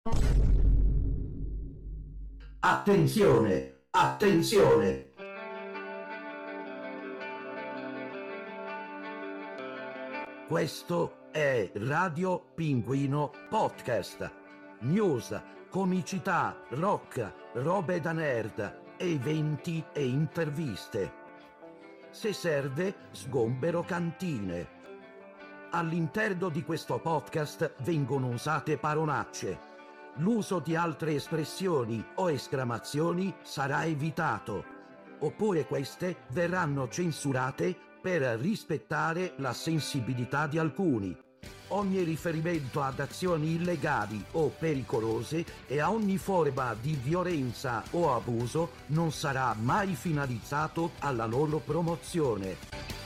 Attenzione, attenzione! Questo è Radio Pinguino Podcast. News, comicità, rock, robe da nerd, eventi e interviste. Se serve, sgombero cantine. All'interno di questo podcast vengono usate parolacce. L'uso di altre espressioni o esclamazioni sarà evitato, oppure queste verranno censurate per rispettare la sensibilità di alcuni. Ogni riferimento ad azioni illegali o pericolose e a ogni forma di violenza o abuso non sarà mai finalizzato alla loro promozione,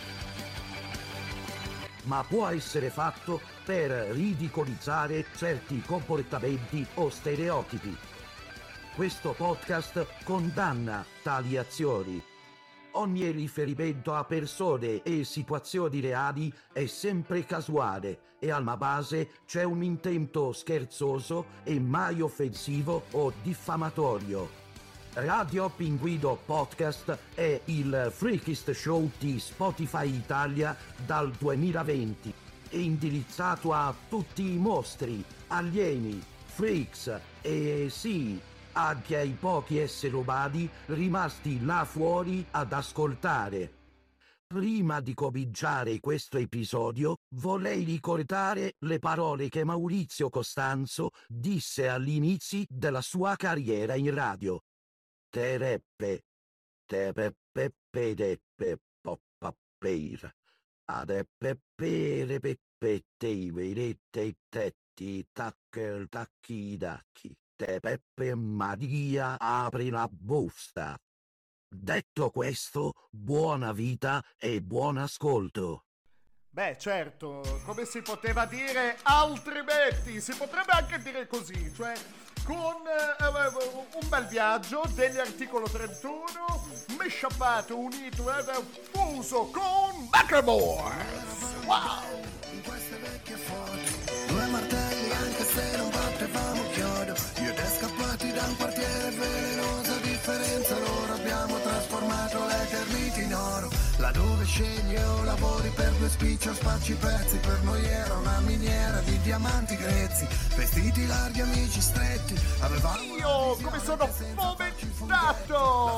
ma può essere fatto per ridicolizzare certi comportamenti o stereotipi. Questo podcast condanna tali azioni. Ogni riferimento a persone e situazioni reali è sempre casuale e alla base c'è un intento scherzoso e mai offensivo o diffamatorio. Radio Pinguino Podcast è il freakist show di Spotify Italia dal 2020 e indirizzato a tutti i mostri, alieni, freaks e sì, anche ai pochi esseri umani rimasti là fuori ad ascoltare. Prima di cominciare questo episodio, vorrei ricordare le parole che Maurizio Costanzo disse all'inizio della sua carriera in radio. Tereppe, tepeppe, pedeppe, poppapeir, adepeppere, peppette, vedette, tetti, taccher, tacchi, dacchi. Te Peppe Maria apri la busta. Detto questo, buona vita e buon ascolto. Beh, certo, come si poteva dire altrimenti, si potrebbe anche dire così, cioè con un bel viaggio degli articolo 31, misciapato, unito e fuso con Macklemore. Wow! In queste vecchie foto, due martelli anche se non battevamo chiodo. Io te scappati da un quartiere velenoso, a differenza loro abbiamo trasformato le termiti in oro. Laddove scegli o lavori per due spicci o spacci pezzi, per noi era una miniera di diamanti grezzi, vestiti larghi, amici stretti, avevamo io come sono fomentato!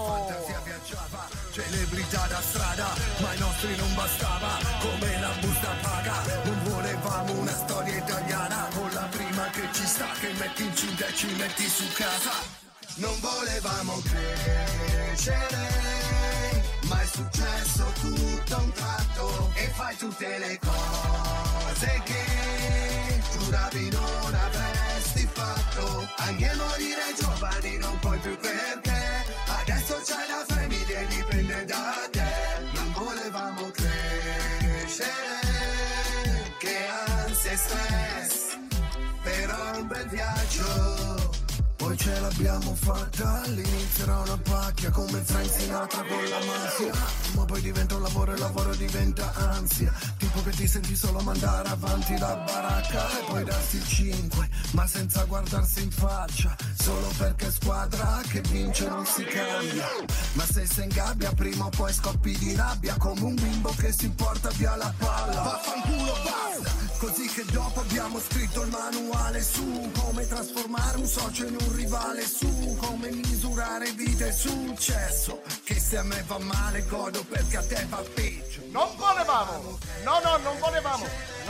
Celebrità da strada, ma ai nostri non bastava, come la busta paga. Non volevamo una storia italiana, con la prima che ci sta, che metti incinta e ci metti su casa. Non volevamo crescere, ma è successo tutto a un tratto, e fai tutte le cose che giuravi non avresti fatto. Anche morire giovani non puoi più, perché adesso c'hai la famiglia e dipende da te. Non volevamo crescere, che ansia e stress, però un bel viaggio. Poi ce l'abbiamo fatta, all'inizio era una pacchia come Frank Sinatra con la mafia, ma poi diventa un lavoro e il lavoro diventa ansia, tipo che ti senti solo mandare avanti la baracca e poi darsi il 5, ma senza guardarsi in faccia, solo perché squadra che vince non si cambia. Ma se sei in gabbia prima o poi scoppi di rabbia, come un bimbo che si porta via la palla. Vaffanculo, basta! Così che dopo abbiamo scritto il manuale su come trasformare un socio in un rivale, su come misurare vita e successo, che se a me va male godo perché a te va peggio. Non volevamo, non volevamo.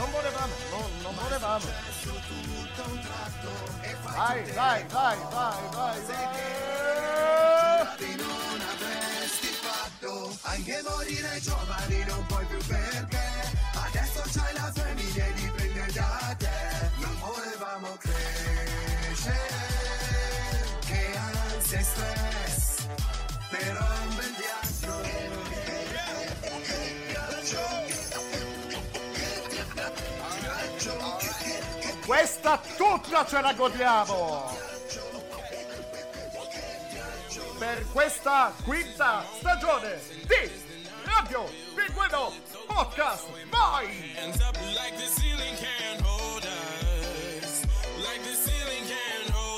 Vai. Non avresti fatto, anche morire giovani non puoi più, perché adesso c'hai la famiglia e dipende da te. Non volevamo crescere, che ansia e stress, però è un bel viaggio. Questa tutta ce la godiamo per questa quinta stagione di Radio Pinguino Podcast. Vai! Hands up like the ceiling can't hold us, like the ceiling can't hold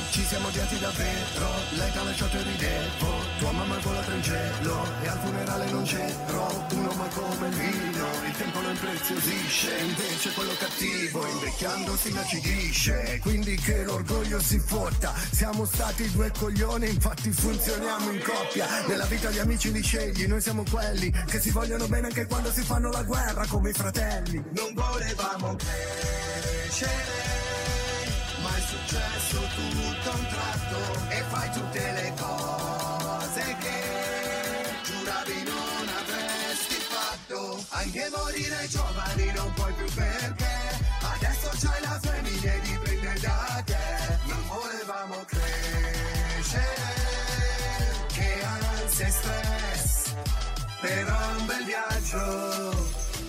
ci siamo odiati davvero. Lei t'ha lasciato e ridevo, tua mamma volata in cielo e al funerale non c'ero. Uno ma come il vino, il tempo lo impreziosisce, invece quello cattivo invecchiando si inacidisce. Quindi che l'orgoglio si fotta, siamo stati due coglioni, infatti funzioniamo in coppia. Nella vita gli amici li scegli, noi siamo quelli che si vogliono bene anche quando si fanno la guerra come i fratelli. Non volevamo crescere, ma è successo tutto a un tratto e fai tutte le cose che giuravi non avresti fatto. Anche morire giovani non puoi più perché adesso c'hai la famiglia e dipende da te. Non volevamo crescere, che ansia e stress, però è un bel viaggio.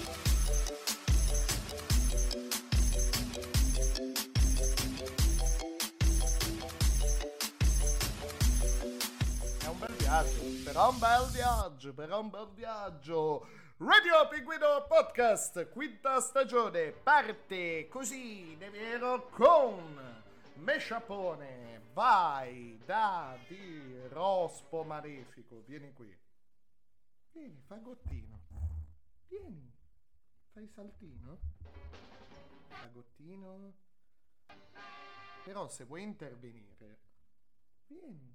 Però un bel viaggio. Radio Pinguino Podcast, quinta stagione, parte così, è vero, con Mesciapone, vai da di Rospo Malefico, vieni qui. Vieni, fagottino. Vieni, fai saltino. Fagottino. Però se vuoi intervenire, vieni.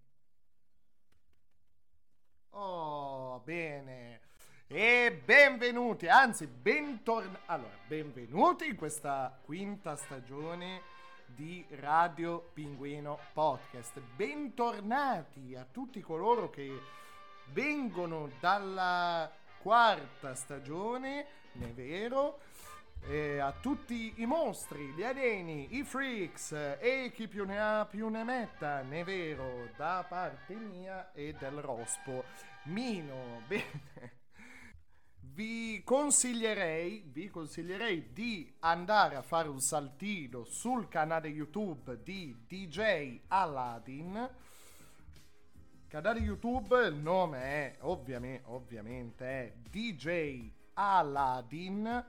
Oh, bene. E benvenuti, anzi benvenuti in questa quinta stagione di Radio Pinguino Podcast. Bentornati a tutti coloro che vengono dalla quarta stagione, ne è vero, a tutti i mostri, gli alieni, i freaks e chi più ne ha più ne metta, ne è vero, da parte mia e del Rospo Mino. Bene. Vi consiglierei di andare a fare un saltino sul canale YouTube di DJ Aladdin. Canale YouTube, il nome è ovviamente è DJ Aladdin,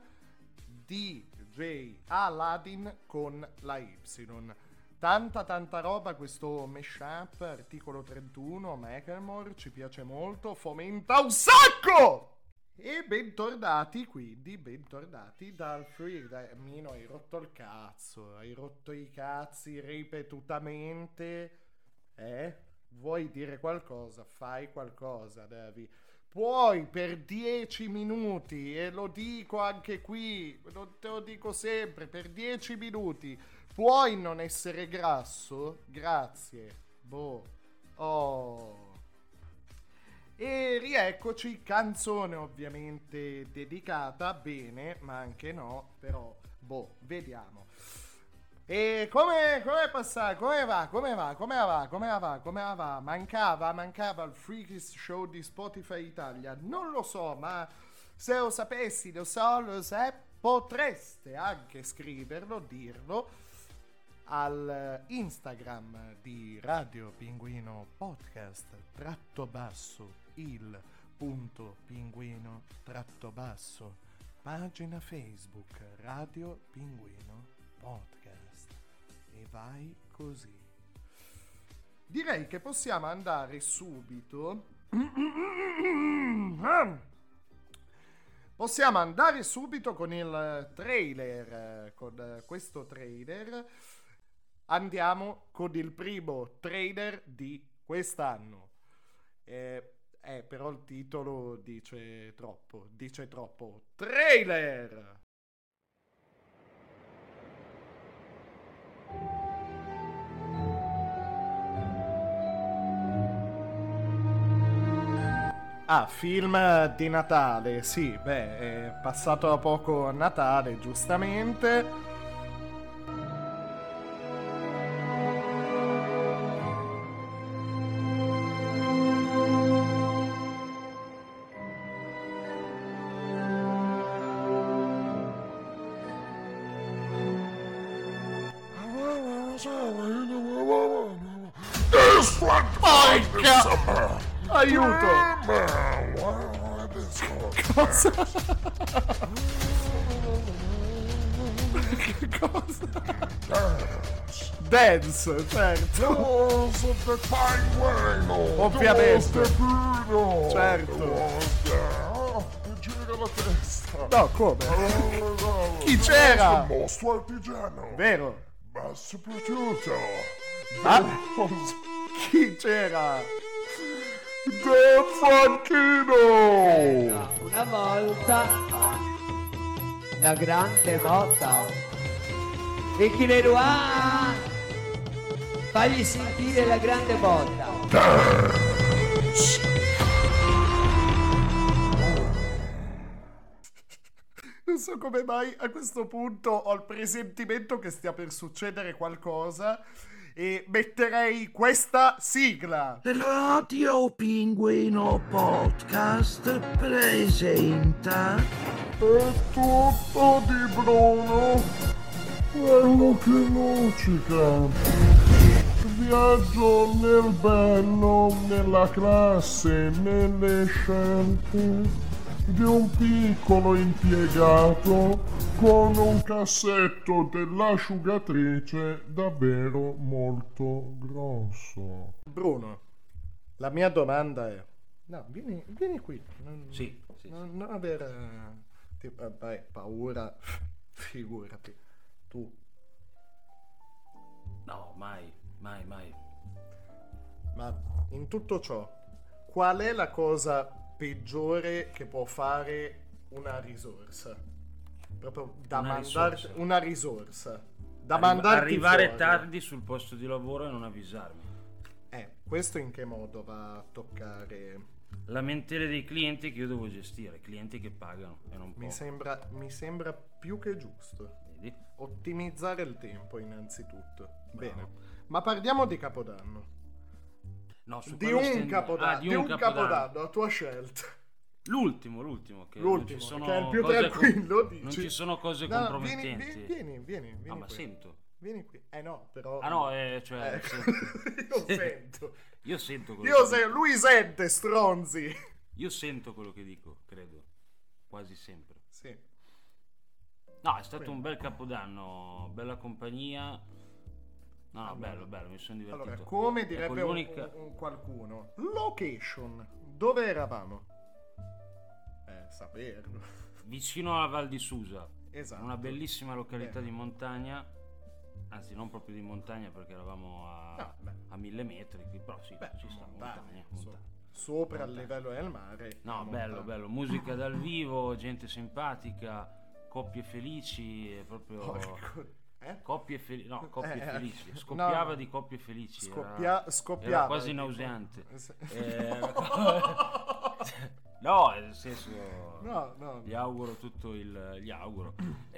DJ Aladdin con la Y. Tanta roba, questo mashup, articolo 31, Macklemore, ci piace molto, fomenta un sacco! E bentornati dal free. Mino, hai rotto il cazzo, hai rotto i cazzi ripetutamente, Vuoi dire qualcosa? Fai qualcosa, Davi. Puoi per 10 minuti, e lo dico anche qui, te lo dico sempre, per 10 minuti, puoi non essere grasso? Grazie. Oh. E rieccoci, canzone ovviamente dedicata, bene, ma anche no, però, vediamo. E come passa? Come va? Mancava il Freakiest Show di Spotify Italia? Non lo so, ma se lo sapessi, potreste anche scriverlo, dirlo al Instagram di Radio Pinguino Podcast _, il punto pinguino _ pagina Facebook Radio Pinguino Podcast, e vai così. Direi che possiamo andare subito con il trailer, con questo trailer. Andiamo con il primo trailer di quest'anno. Però il titolo dice troppo. Trailer! Film di Natale, sì, è passato da poco Natale, giustamente. Aiuto! Cosa? Che cosa? Dance, certo. Dance the pinguino. Ovviamente. Dance the pino. Certo. Mi gira la testa. No, come? Chi c'era? Il mostro artigiano. Vero? Ma soprattutto... Ah, chi c'era? Del Franchino. Una volta la grande botta e chi le ruà fagli sentire la grande botta. Non so come mai a questo punto ho il presentimento che stia per succedere qualcosa e metterei questa sigla. Radio Pinguino Podcast presenta È tutto di Bruno, quello che luccica. Viaggio nel bello, nella classe, nelle scelte di un piccolo impiegato con un cassetto dell'asciugatrice davvero molto grosso. Bruno, la mia domanda è... No, vieni qui. Sì. Non avere paura, figurati. Tu. No, mai. Ma in tutto ciò, qual è la cosa peggiore che può fare una risorsa? Proprio da mandarti una risorsa. Da mandarti arrivare fuori. tardi sul posto di lavoro e non avvisarmi. Questo in che modo va a toccare? Lamentele dei clienti che io devo gestire, clienti che pagano e non Mi poco. sembra più che giusto. Vedi? Ottimizzare il tempo innanzutto. Bene. Ma parliamo di Capodanno. No, su Di quello un Capodanno. di un Capodanno a tua scelta. L'ultimo che non ci sono che è il più cose tranquillo, dici? non ci sono cose No, compromettenti. Vieni Ah, ma qui. sento. Vieni qui. No, però... Ah no, cioè Io sento. io sento quello Lui sente, stronzi. io sento quello che dico, credo. Quasi sempre. Sì. No, è stato un bel Capodanno, bella compagnia. No, bello, mi sono divertito. Allora, come Ecco, direbbe un qualcuno, location, dove eravamo? Saperlo. Vicino alla Val di Susa, Esatto. una bellissima località Bene. di montagna, anzi non proprio di montagna perché eravamo a 1000 metri, però sì, ci sta, montagna. Sopra il livello del mare. No, montagna. bello, musica dal vivo, gente simpatica, coppie felici, è proprio... Porco. Coppie felici, No, scoppiava no. di coppie felici, Scoppiava. era quasi nauseante. No, nel senso, No. gli auguro tutto gli auguro.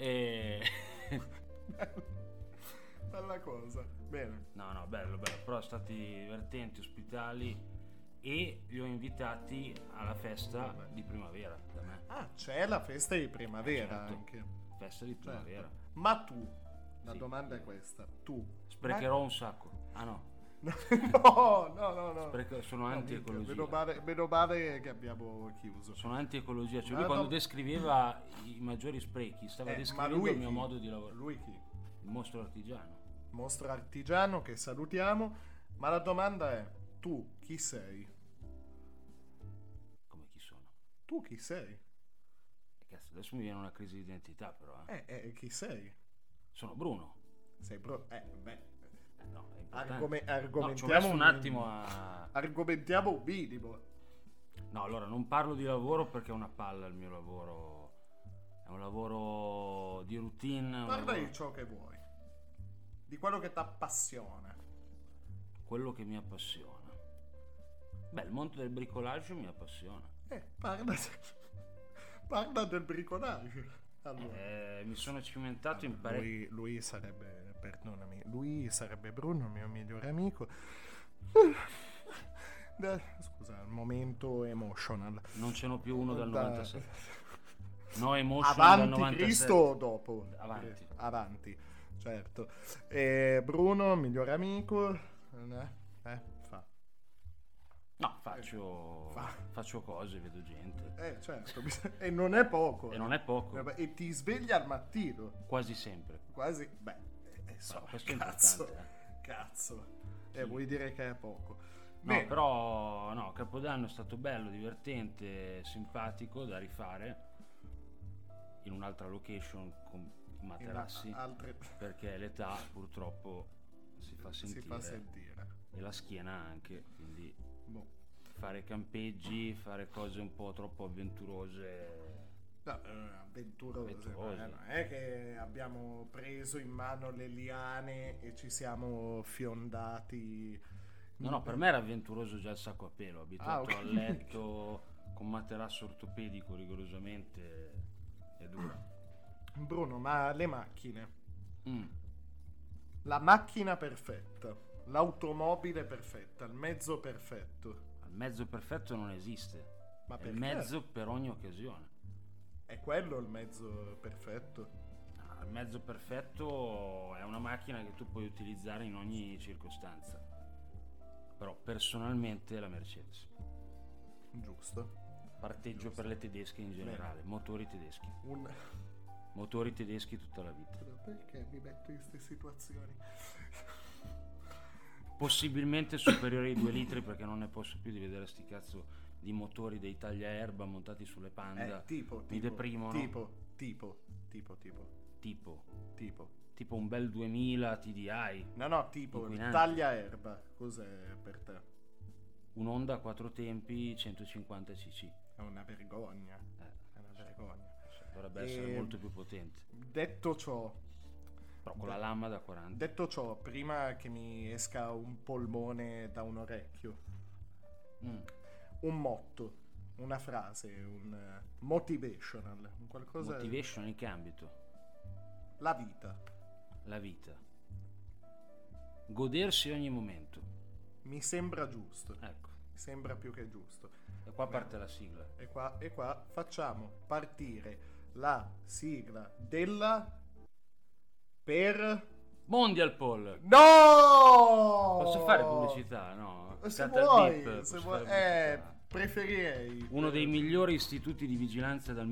Bella cosa. Bene. No, bello, però stati divertenti, ospitali e li ho invitati alla festa di primavera da me. Ah, c'è la festa di primavera Certo. anche. Festa di primavera. Certo. Ma tu, la Sì. domanda è questa. Tu. Sprecherò un sacco. Ah no. No. Sono anti-ecologia. Meno male che abbiamo chiuso. Sono anti-ecologia. Cioè Ma lui quando no. descriveva i maggiori sprechi stava Ma descrivendo lui il mio chi? modo di lavorare. Lui chi? Il mostro artigiano. Mostro artigiano che salutiamo. Ma la domanda è: tu chi sei? Come chi sono? Tu chi sei? Cazzo, adesso mi viene una crisi di identità però. Chi sei? Sono Bruno. Sei No, è importante. argomentiamo No, ci ho messo un attimo a... Argomentiamo un minimo. No, allora, non parlo di lavoro perché è una palla il mio lavoro. È un lavoro di routine. un Parla lavoro- di ciò che vuoi. Di quello che ti appassiona. Quello che mi appassiona. Beh, il mondo del bricolage mi appassiona. Parla del bricolage. Allora. Mi sono cimentato in parecchio. Lui sarebbe, perdonami, lui sarebbe Bruno, mio migliore amico. Scusa, il momento emotional. Non ce n'ho più uno dal 97. No, emotion dal Avanti 97. Cristo o dopo? Avanti. Avanti, certo. Bruno, migliore amico. Fa. No, faccio cose, vedo gente. Certo, e non è poco. E non è poco. E ti svegli al mattino. Quasi sempre. Quasi, insomma, questo è importante. Cazzo. Vuoi dire che è poco. No, però no, Capodanno è stato bello, divertente, simpatico, da rifare in un'altra location con i materassi, perché l'età purtroppo si fa sentire e la schiena anche, quindi fare campeggi, fare cose un po' troppo avventurose. No, avventurose. Non è che abbiamo preso in mano le liane e ci siamo fiondati. No, per me era avventuroso già il sacco a pelo, abituato al letto con materasso ortopedico rigorosamente, è dura. Bruno, ma le macchine? La macchina perfetta, l'automobile perfetta, il mezzo perfetto. Il mezzo perfetto non esiste, Ma è il mezzo per ogni occasione. È quello il mezzo perfetto? Il mezzo perfetto è una macchina che tu puoi utilizzare in ogni circostanza. Però personalmente la Mercedes. Giusto. Parteggio per le tedesche in generale. Motori tedeschi. Motori tedeschi tutta la vita. Perché mi metto in queste situazioni? Possibilmente superiori ai 2 litri, perché non ne posso più di vedere sti cazzo di motori dei tagliaerba montati sulle Panda. Mi deprimono. Tipo un bel 2000 TDI. No, tipo tagliaerba. Cos'è per te? Un Honda a 4 tempi 150 cc. È una vergogna. Dovrebbe essere molto più potente. Detto ciò, però con la lama da 40. Detto ciò, prima che mi esca un polmone da un orecchio, un motto, una frase, un motivational, un qualcosa. Motivation in che ambito? La vita. Godersi ogni momento. Mi sembra giusto. Ecco. Mi sembra più che giusto. E qua parte la sigla. E qua facciamo partire la sigla della Mondial Pole. No! Posso fare pubblicità? No. Se vuoi, preferirei. Uno dei migliori istituti di vigilanza dal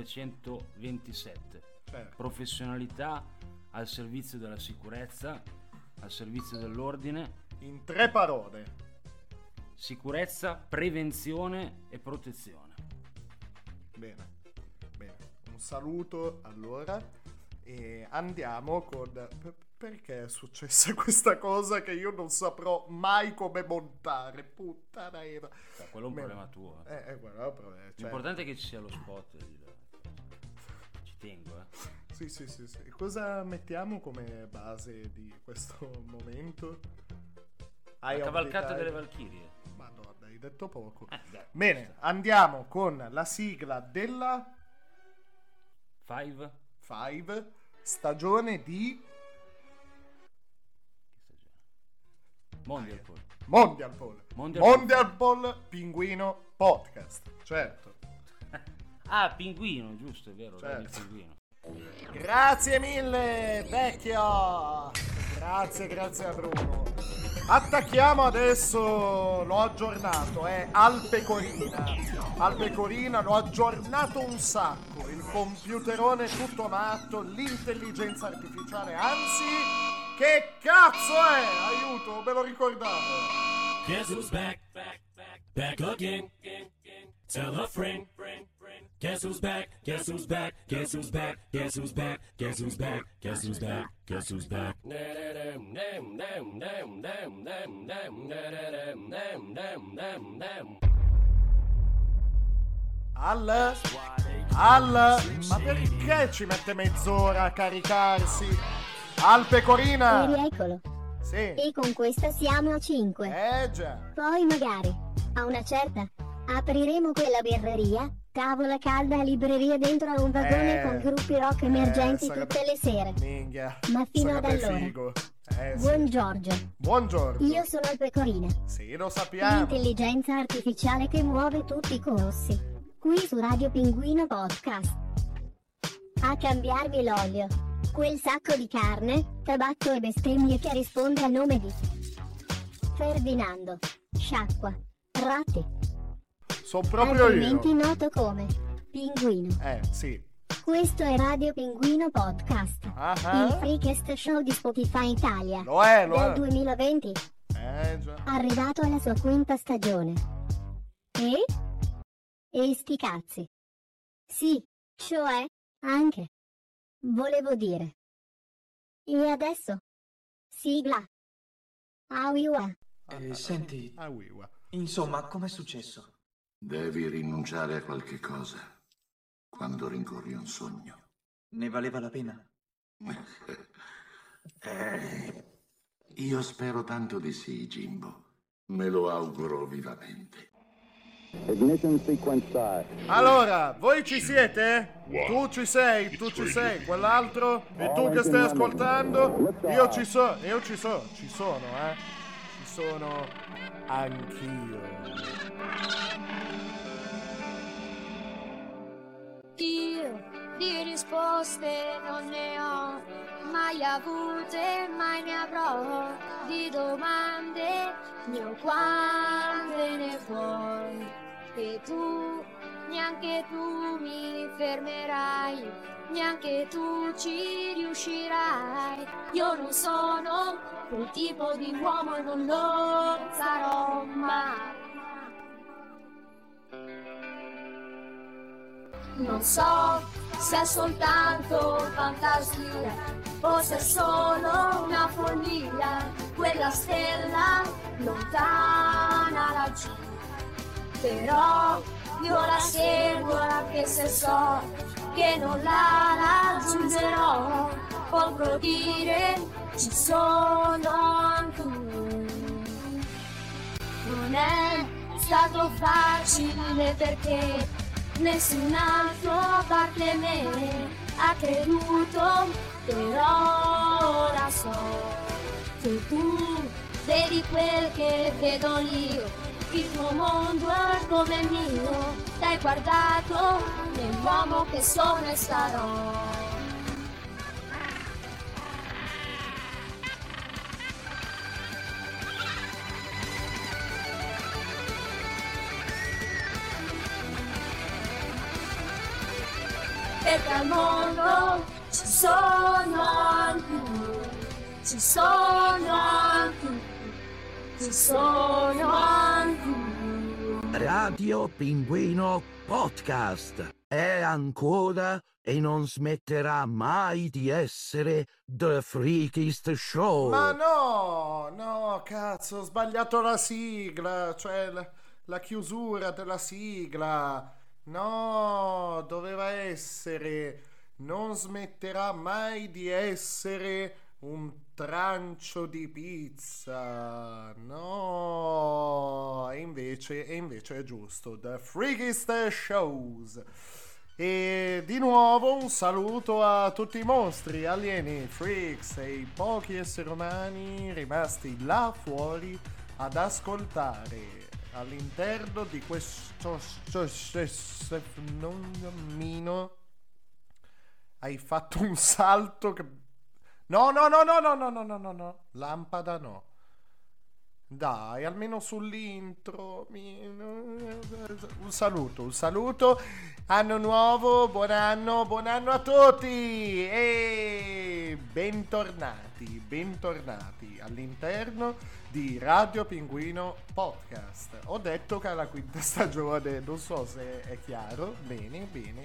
1927. Certo. Professionalità al servizio della sicurezza, al servizio dell'ordine. In 3 parole. Sicurezza, prevenzione e protezione. Bene. Un saluto allora e andiamo con... Perché è successa questa cosa che io non saprò mai come montare? Puttana era. Quello è un problema tuo. L'importante è che ci sia lo spot. Ci tengo, Sì. Cosa mettiamo come base di questo momento? La cavalcata delle Valchirie. Madonna, hai detto poco. Bene, andiamo con la sigla della 5 stagione di Mondial Pole Pinguino Podcast. Certo. Pinguino, giusto, è vero, certo. Pinguino. Grazie mille, vecchio. Grazie a Bruno. Attacchiamo adesso, l'ho aggiornato, Al Pecorina l'ho aggiornato un sacco, il computerone tutto matto, l'intelligenza artificiale, anzi, che cazzo è? Aiuto, me lo ricordavo. Guess who's back again, tell a friend. Guess who's back, guess who's back, guess who's back, guess who's back, guess who's back, guess who's back, guess who's back. Ma perché ci mette mezz'ora a caricarsi? Al Pecorina! Eccolo. Sì. E con questa siamo a 5. Già. Poi magari, a una certa, apriremo quella birreria, tavola calda, libreria dentro a un vagone con gruppi rock emergenti tutte le sere. Minchia. Ma fino ad allora. Figo. Buon Giorgio. Buongiorno. Io sono il Pecorina. Sì, lo sappiamo. L'intelligenza artificiale che muove tutti i colossi. Qui su Radio Pinguino Podcast. A cambiarvi l'olio. Quel sacco di carne, tabacco e bestemmie che risponde al nome di Ferdinando, Sciacqua, Ratti. Sono proprio altrimenti io. noto come Pinguino. Sì. Questo è Radio Pinguino Podcast, il freakest show di Spotify Italia Lo è. 2020, Già. arrivato alla sua quinta stagione. E sti cazzi. Sì, cioè, anche. Volevo dire. E adesso? Sigla. Awiwa. Senti, insomma, com'è successo? Devi rinunciare a qualche cosa quando rincorri un sogno. Ne valeva la pena? Io spero tanto di sì, Jimbo. Me lo auguro vivamente. Allora, voi ci siete? Tu ci sei, quell'altro? E tu che stai ascoltando? Io ci sono, ci sono anch'io. Io di risposte non ne ho mai avute, mai ne avrò, di domande ne ho quante ne vuoi, e tu, neanche tu mi fermerai, neanche tu ci riuscirai. Io non sono quel tipo di uomo e non lo sarò mai. Non so se è soltanto fantasia o se è solo una follia, quella stella lontana laggiù. Però io la seguo anche se so che non la raggiungerò. Potrò dire ci sono anche tu. Non è stato facile perché nessun altro a parte me ha creduto, però ora so che tu vedi quel che vedo io, il tuo mondo è come il mio, l'hai guardato nell'uomo che sono e sarò. Perché al mondo ci sono anche tu, ci sono anche tu, ci sono anche tu. Radio Pinguino Podcast è ancora e non smetterà mai di essere The Freakest Show. Ma no, cazzo, ho sbagliato la sigla, cioè la chiusura della sigla. No, doveva essere non smetterà mai di essere un trancio di pizza. No, e invece è giusto. The Freakest Shows. E di nuovo un saluto a tutti i mostri, alieni, freaks e i pochi esseri umani rimasti là fuori ad ascoltare all'interno di questo nomino. Hai fatto un salto che no, lampada no, dai, almeno sull'intro. Un saluto, anno nuovo, buon anno a tutti e bentornati all'interno di Radio Pinguino Podcast. Ho detto che è la quinta stagione, non so se è chiaro. Bene.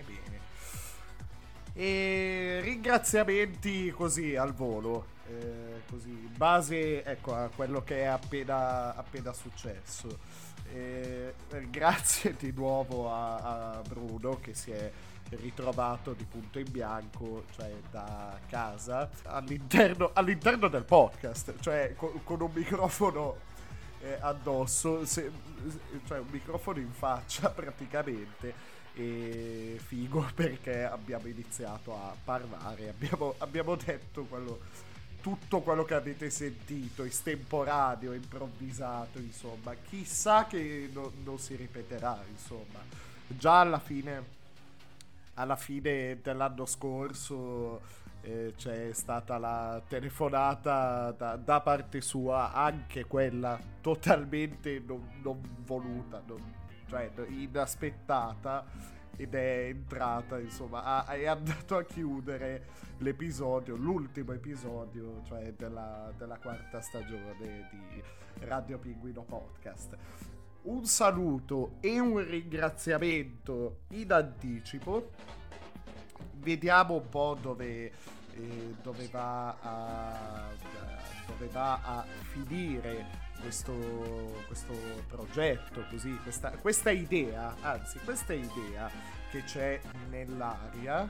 E ringraziamenti così al volo, così in base, ecco, a quello che è appena successo. Grazie di nuovo a Bruno che si è ritrovato di punto in bianco, cioè da casa all'interno del podcast, cioè con un microfono addosso, cioè un microfono in faccia praticamente. E figo perché abbiamo iniziato a parlare, abbiamo detto tutto quello che avete sentito, estemporaneo, improvvisato, insomma, chissà che non si ripeterà, insomma. Già alla fine dell'anno scorso c'è stata la telefonata da parte sua, anche quella totalmente non voluta, cioè inaspettata, ed è entrata, insomma, è andato a chiudere l'ultimo episodio, cioè della 4ª stagione di Radio Pinguino Podcast. Un saluto e un ringraziamento in anticipo. Vediamo un po' dove va a finire questo progetto, così, questa idea che c'è nell'aria.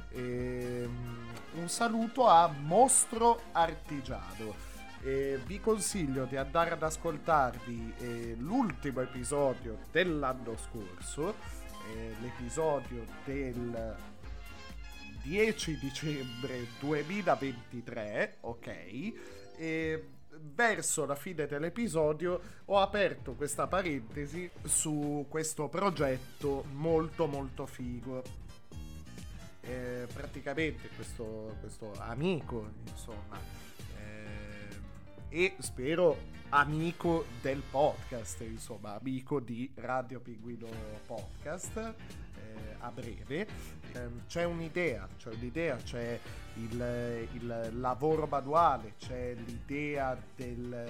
Un saluto a Mostro Artigiano. Vi consiglio di andare ad ascoltarvi l'ultimo episodio dell'anno scorso, l'episodio del 10 dicembre 2023, ok? E verso la fine dell'episodio ho aperto questa parentesi su questo progetto molto molto figo. Praticamente questo amico, insomma, e spero amico del podcast, insomma, amico di Radio Pinguino Podcast, a breve. C'è un'idea, c'è il lavoro manuale, c'è l'idea del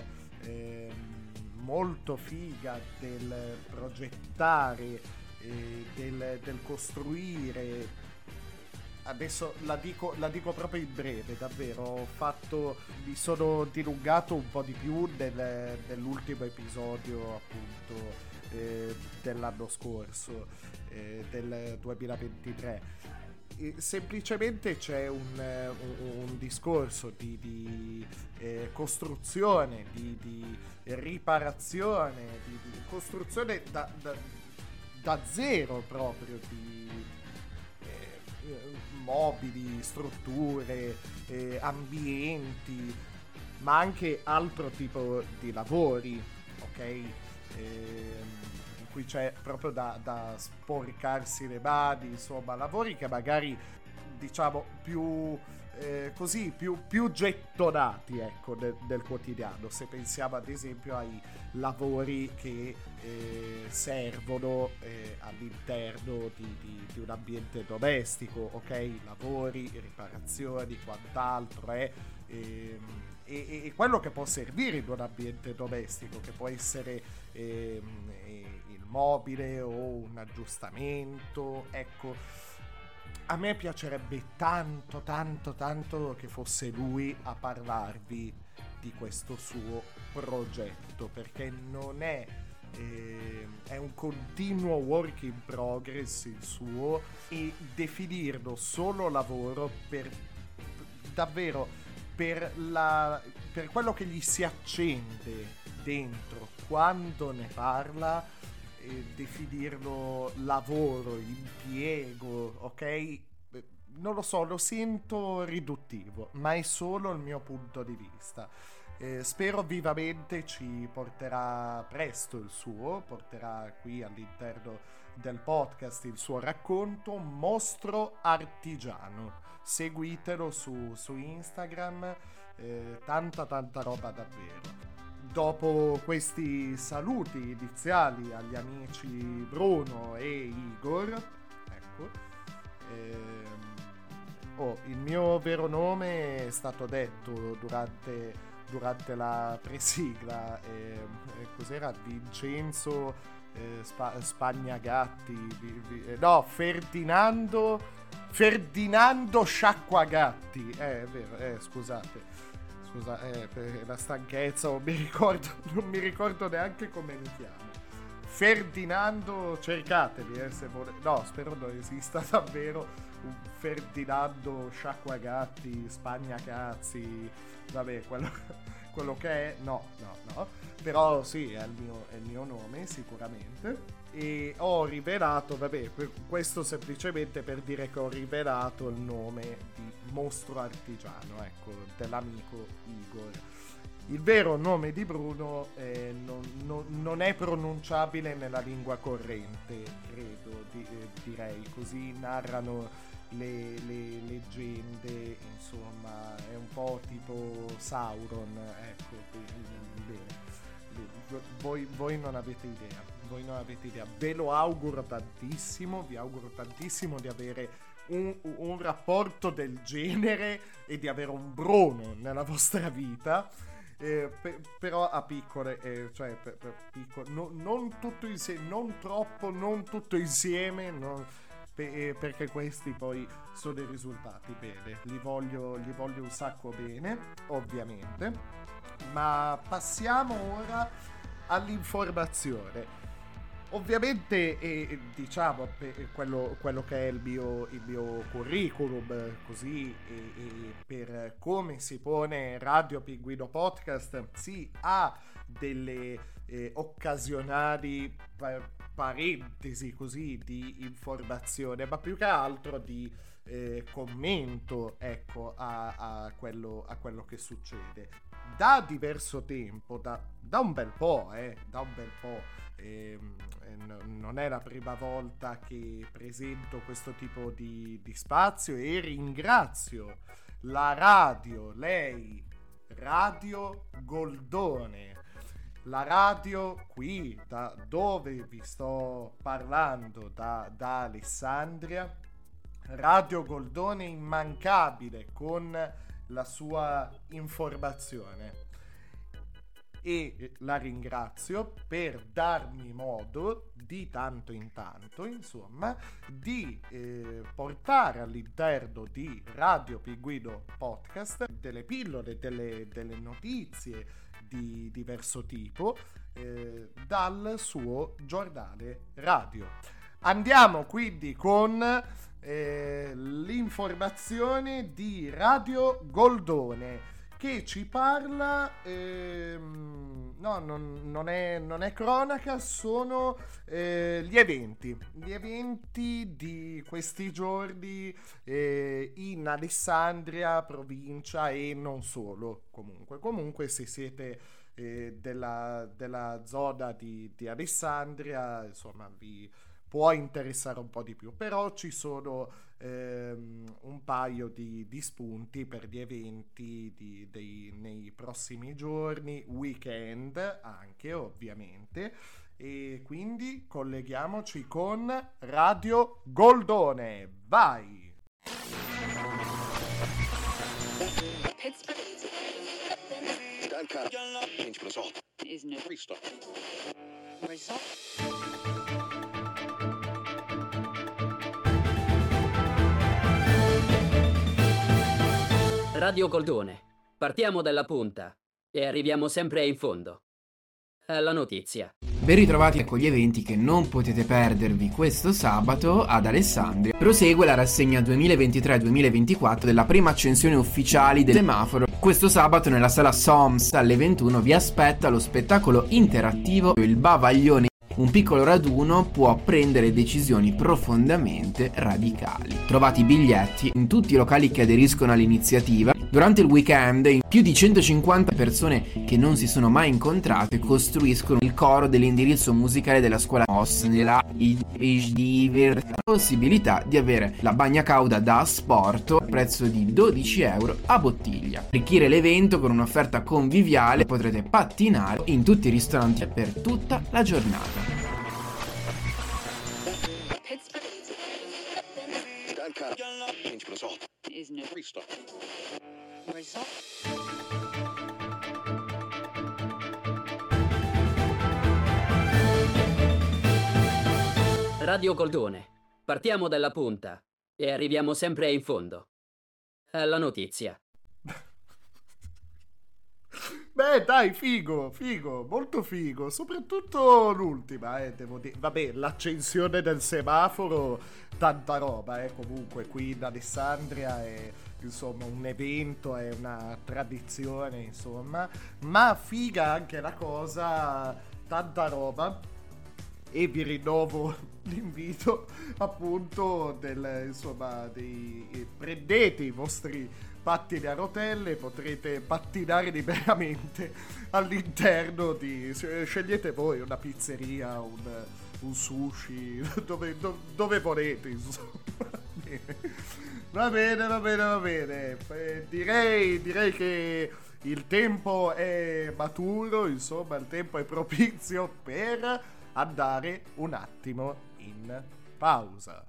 molto figa del progettare, del costruire. Adesso la dico proprio in breve, davvero. Mi sono dilungato un po' di più nell'ultimo episodio, appunto, dell'anno scorso, del 2023. Semplicemente c'è un discorso di costruzione, di riparazione, di costruzione da zero proprio, di mobili, strutture, ambienti, ma anche altro tipo di lavori, ok? In cui c'è proprio da sporcarsi le mani, insomma, lavori che magari, diciamo, più gettonati, ecco, del quotidiano. Se pensiamo ad esempio ai lavori che servono all'interno di un ambiente domestico, ok? Lavori, riparazioni, quant'altro e quello che può servire in un ambiente domestico, che può essere il mobile o un aggiustamento, ecco. A me piacerebbe tanto che fosse lui a parlarvi di questo suo progetto, perché non è un continuo work in progress il suo, e definirlo solo lavoro per quello che gli si accende dentro quando ne parla. Definirlo lavoro, impiego, ok? Non lo so, lo sento riduttivo, ma è solo il mio punto di vista. Spero vivamente ci porterà presto porterà qui all'interno del podcast il suo racconto. Mostro Artigiano, seguitelo su Instagram, tanta roba davvero. Dopo questi saluti iniziali agli amici Bruno e Igor, ecco, il mio vero nome è stato detto durante la presigla, cos'era? Vincenzo Spagnagatti, no, Ferdinando Sciacquagatti, è vero, scusate. Scusa, per la stanchezza non mi ricordo neanche come mi chiamo. Ferdinando, cercatemi se volete. No, spero non esista davvero un Ferdinando Sciacquagatti, Spagnacazzi, vabbè, quello che è, no. Però sì, è il mio nome sicuramente. E ho rivelato, questo semplicemente per dire che ho rivelato il nome di Mostro Artigiano, ecco, dell'amico Igor. Il vero nome di Bruno non è pronunciabile nella lingua corrente, credo, direi, così narrano leggende, insomma, è un po' tipo Sauron, ecco, bene. Voi non avete idea, ve lo auguro tantissimo, vi auguro tantissimo di avere un rapporto del genere e di avere un Bruno nella vostra vita, però a piccole, cioè non tutto insieme, non troppo, non tutto insieme, perché questi poi sono i risultati. Bene, li voglio un sacco bene, ovviamente, ma passiamo ora all'informazione. Ovviamente, diciamo, quello che è il mio curriculum, così, e per come si pone Radio Pinguino Podcast, sì, ha delle occasionali parentesi così di informazione, ma più che altro di commento, ecco, a quello che succede da diverso tempo, da un bel po', non è la prima volta che presento questo tipo di spazio, e ringrazio la radio, lei, Radio Goldone, la radio qui da dove vi sto parlando, da Alessandria, Radio Goldone immancabile con la sua informazione, e la ringrazio per darmi modo di tanto in tanto, insomma, di portare all'interno di Radio Pinguino Podcast delle pillole, delle notizie di diverso tipo, dal suo giornale radio. Andiamo quindi con l'informazione di Radio Goldone, che ci parla, no, non è cronaca, sono gli eventi di questi giorni in Alessandria, provincia, e non solo. Comunque se siete della zona di Alessandria, insomma, vi può interessare un po' di più, però ci sono un paio di spunti per gli eventi nei prossimi giorni, weekend anche, ovviamente, e quindi colleghiamoci con Radio Goldone. Vai! Radio Goldone. Partiamo dalla punta e arriviamo sempre in fondo. Alla notizia. Ben ritrovati con gli eventi che non potete perdervi questo sabato ad Alessandria. Prosegue la rassegna 2023-2024 della prima accensione ufficiali del semaforo. Questo sabato nella sala SOMS alle 21 vi aspetta lo spettacolo interattivo Il Bavaglione. Un piccolo raduno può prendere decisioni profondamente radicali. Trovate i biglietti in tutti i locali che aderiscono all'iniziativa. Durante il weekend, più di 150 persone che non si sono mai incontrate costruiscono il coro dell'indirizzo musicale della scuola MOS nella possibilità di avere la bagna cauda da asporto a prezzo di 12 euro a bottiglia. Arricchire l'evento con un'offerta conviviale, potrete pattinare in tutti i ristoranti per tutta la giornata. Radio Goldone. Partiamo dalla punta e arriviamo sempre in fondo. Alla notizia. Beh, dai, figo, molto figo, soprattutto l'ultima, devo dire. Vabbè, l'accensione del semaforo, tanta roba, comunque qui in Alessandria è, insomma, un evento, è una tradizione, insomma, ma figa anche la cosa, tanta roba, e vi rinnovo l'invito, appunto, prendete i vostri pattini a rotelle, potrete pattinare liberamente all'interno scegliete voi una pizzeria, un sushi, dove volete, insomma. Va bene. Direi che il tempo è maturo, insomma, il tempo è propizio per andare un attimo in pausa.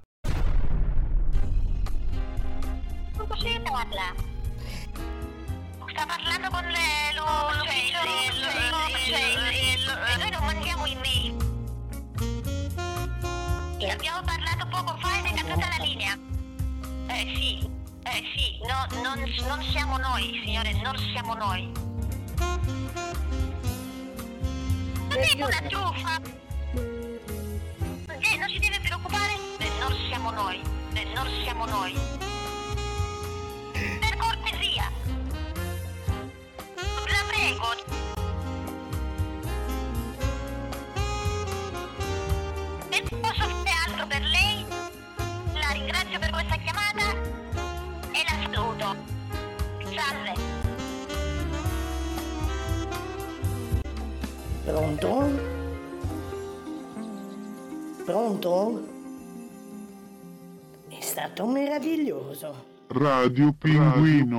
Così parla. Sta parlando con l'ufficio e noi non mandiamo email. Abbiamo parlato poco fa ed è caduta la linea. Sì, no, non siamo noi, signore, non siamo noi. Non è una truffa. Non si deve preoccupare, non siamo noi. Per cortesia. La prego. E posso fare altro per lei? La ringrazio per questa chiamata e la saluto. Salve. Pronto? È stato meraviglioso. Radio Pinguino.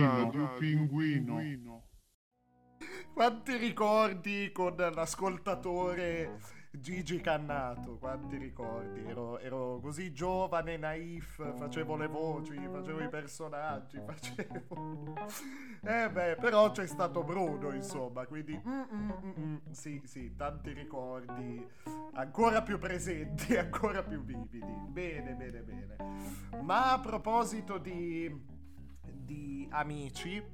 Quanti ricordi con l'ascoltatore Gigi Cannato, quanti ricordi. Ero così giovane, naif, facevo le voci, facevo i personaggi, però c'è stato Bruno, insomma, quindi sì, tanti ricordi ancora più presenti, ancora più vividi. Bene. Ma a proposito di amici,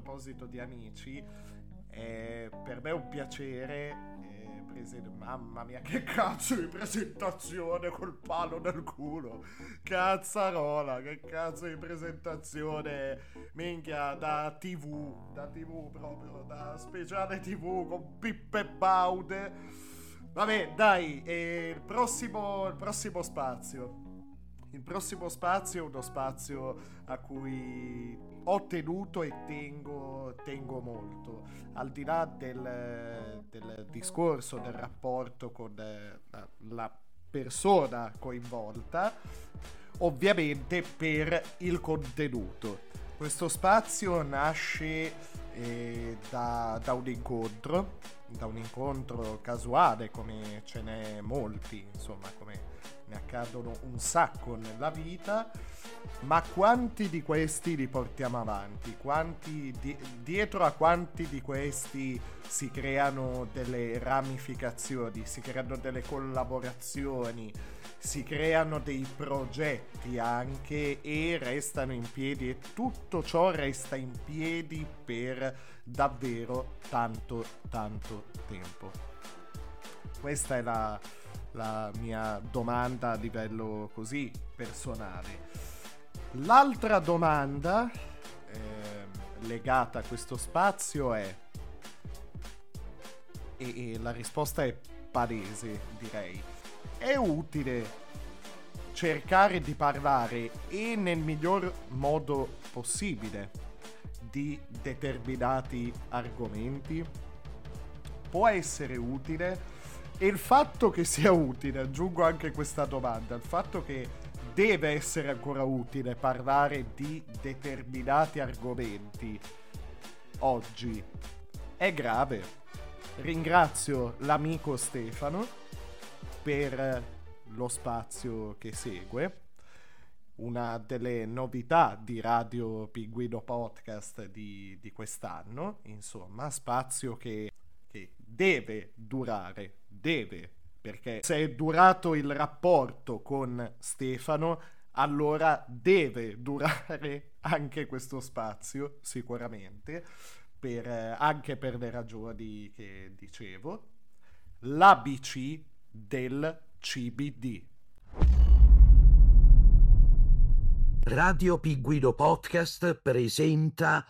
per me è un piacere. Mamma mia, che cazzo di presentazione col palo nel culo, cazzarola, che cazzo di presentazione, minchia, da TV proprio, da speciale TV con Pippe Baude. Vabbè, dai, il prossimo spazio. Il prossimo spazio è uno spazio a cui ho tenuto e tengo molto, al di là del discorso, del rapporto con la persona coinvolta, ovviamente per il contenuto. Questo spazio nasce da un incontro casuale, come ce n'è molti, insomma, come ne accadono un sacco nella vita, ma quanti di questi li portiamo avanti? Dietro a quanti di questi si creano delle ramificazioni, si creano delle collaborazioni, si creano dei progetti anche, e restano in piedi, e tutto ciò resta in piedi per davvero tanto tempo. Questa è la mia domanda a livello così personale. L'altra domanda legata a questo spazio è, e la risposta è palese, direi: è utile cercare di parlare, e nel miglior modo possibile, di determinati argomenti? Può essere utile? E il fatto che sia utile, aggiungo anche questa domanda, il fatto che deve essere ancora utile parlare di determinati argomenti oggi è grave. Ringrazio l'amico Stefano per lo spazio che segue, una delle novità di Radio Pinguino Podcast di quest'anno, insomma, spazio che deve durare, perché se è durato il rapporto con Stefano, allora deve durare anche questo spazio, sicuramente, anche per le ragioni che dicevo. L'ABC del CBD. Radio Pinguino Podcast presenta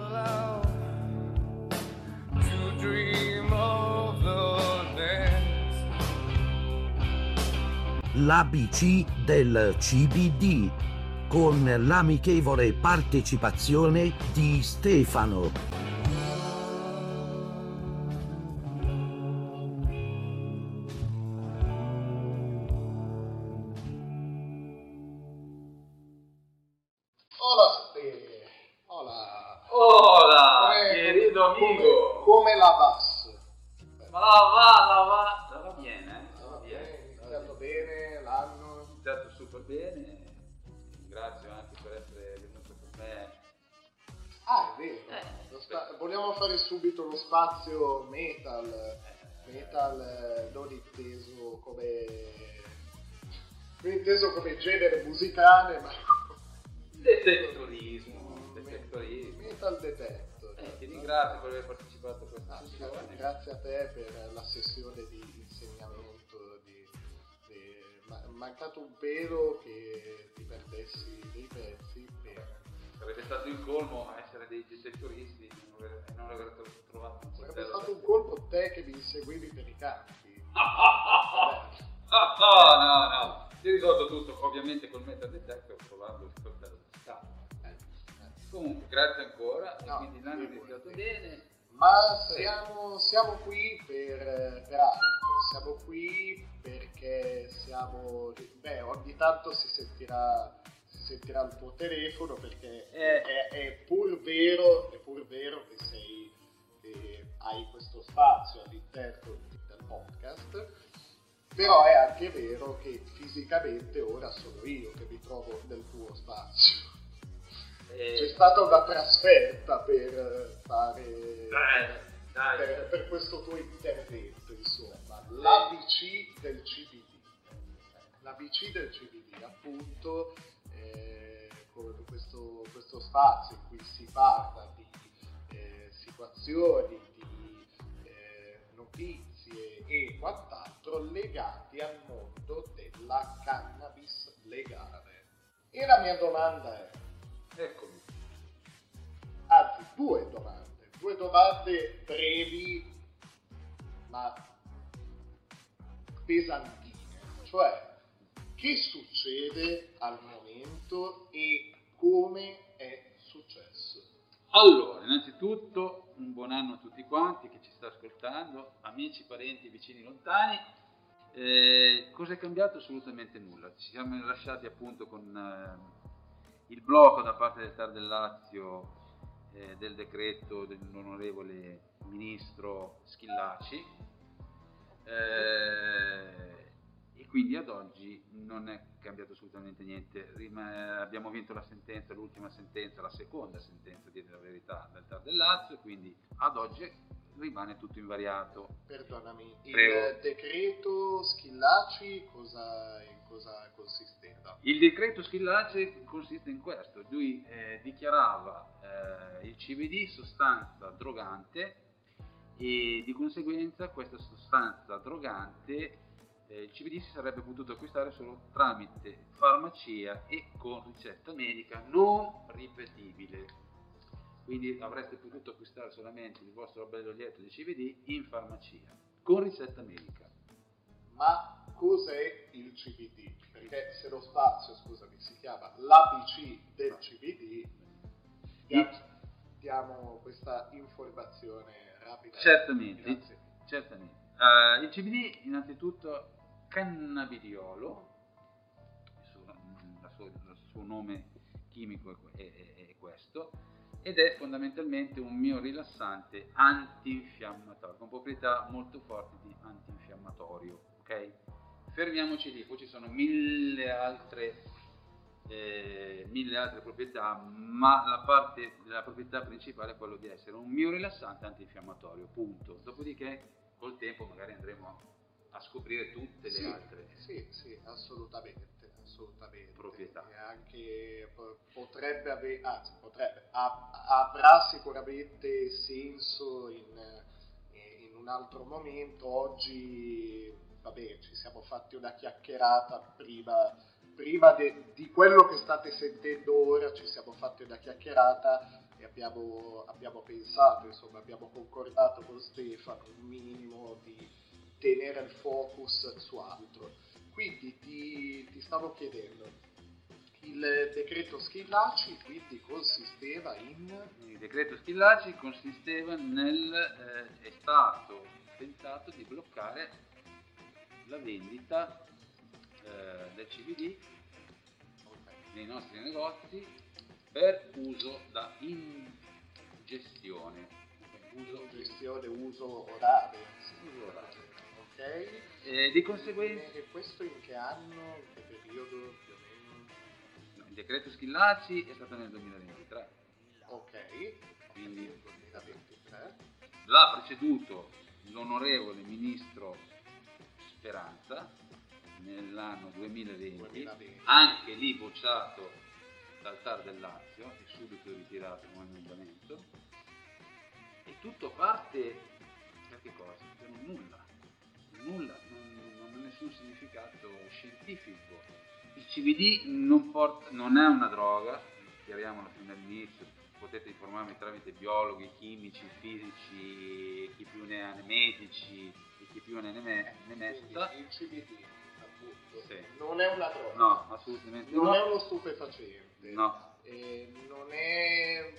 l'ABC del CBD, con l'amichevole partecipazione di Stefano. come la VAS. Ma la va bene, È iniziato bene l'anno. È iniziato super bene. Ringrazio anche per essere venuto con me. Ah, è vero. Vogliamo fare subito lo spazio metal non inteso come genere musicale, ma Detectorismo. Metal detector. Ti ringrazio per aver partecipato a questa sessione. Grazie a te per la sessione di insegnamento. Mancato un pelo che ti perdessi dei pezzi. Sarebbe stato il colmo a essere dei detectoristi e non aver trovato un Sarebbe stato un colpo te che mi inseguivi per i campi. No. Si è risolto tutto ovviamente col metal detector trovando il coltello del scatto. Comunque grazie ancora. Quindi l'anno è iniziato bene. Ma siamo qui per altro. Siamo qui perché ogni tanto si sentirà il tuo telefono, perché è pur vero che hai questo spazio all'interno del podcast, però è anche vero che fisicamente ora sono io che mi trovo nel tuo spazio. C'è stata una trasferta per fare per questo tuo intervento, insomma. L'ABC del CBD, appunto, con questo spazio in cui si parla di situazioni, di notizie e quant'altro legati al mondo della cannabis legale. E la mia domanda è: eccomi. Anzi, due domande brevi ma pesantine, cioè che succede al momento e come è successo? Allora, innanzitutto un buon anno a tutti quanti che ci sta ascoltando, amici, parenti, vicini lontani. Cosa è cambiato? Assolutamente nulla. Ci siamo lasciati appunto con il blocco da parte del TAR del Lazio del decreto dell'onorevole ministro Schillaci, e quindi ad oggi non è cambiato assolutamente niente. Abbiamo vinto la sentenza, l'ultima sentenza, la seconda sentenza, a dire la verità, del TAR del Lazio, quindi ad oggi rimane tutto invariato. Perdonami, Prego. Il decreto Schillaci in cosa consisteva? Il decreto Schillaci consiste in questo: lui dichiarava il CBD sostanza drogante e di conseguenza questa sostanza drogante il CBD si sarebbe potuto acquistare solo tramite farmacia e con ricetta medica non ripetibile. Quindi avreste potuto acquistare solamente il vostro belloglietto di CBD in farmacia con ricetta medica. Ma cos'è il CBD? Perché se lo spazio, scusami, si chiama l'ABC del CBD, diamo questa informazione rapida. Certamente. Grazie. Certamente. Il CBD innanzitutto cannabidiolo, il suo nome chimico è questo, ed è fondamentalmente un miorilassante antinfiammatorio, con proprietà molto forti di antinfiammatorio, ok? Fermiamoci lì, poi ci sono mille altre proprietà, ma la proprietà principale è quello di essere un miorilassante antinfiammatorio, punto. Dopodiché col tempo magari andremo a scoprire tutte le altre assolutamente proprietà. E anche avrà sicuramente senso in un altro momento. Oggi ci siamo fatti una chiacchierata prima di quello che state sentendo ora, ci siamo fatti una chiacchierata e abbiamo pensato, insomma abbiamo concordato con Stefano un minimo di tenere il focus su altro. Quindi ti stavo chiedendo, il decreto Schillaci quindi consisteva in... Il decreto Schillaci consisteva è stato pensato di bloccare la vendita del CBD nei nostri negozi per uso da ingestione. gestione, uso orale. Ok. Di conseguenza... E questo in che anno, in che periodo più o meno? No, il decreto Schillaci è stato nel 2023. Ok, quindi 2023. L'ha preceduto l'onorevole ministro Speranza nell'anno 2020, anche lì bocciato dal TAR del Lazio e subito ritirato come emendamento, e tutto parte da che cosa? Per nulla, non ha nessun significato scientifico. Il CBD non è una droga, chiariamolo fin dall'inizio, potete informarmi tramite biologhi, chimici, fisici, chi più ne ha ne medici e chi più ne metta. Il CBD, appunto, sì, non è una droga. No, assolutamente non no. Non è uno stupefacente. No. Non è...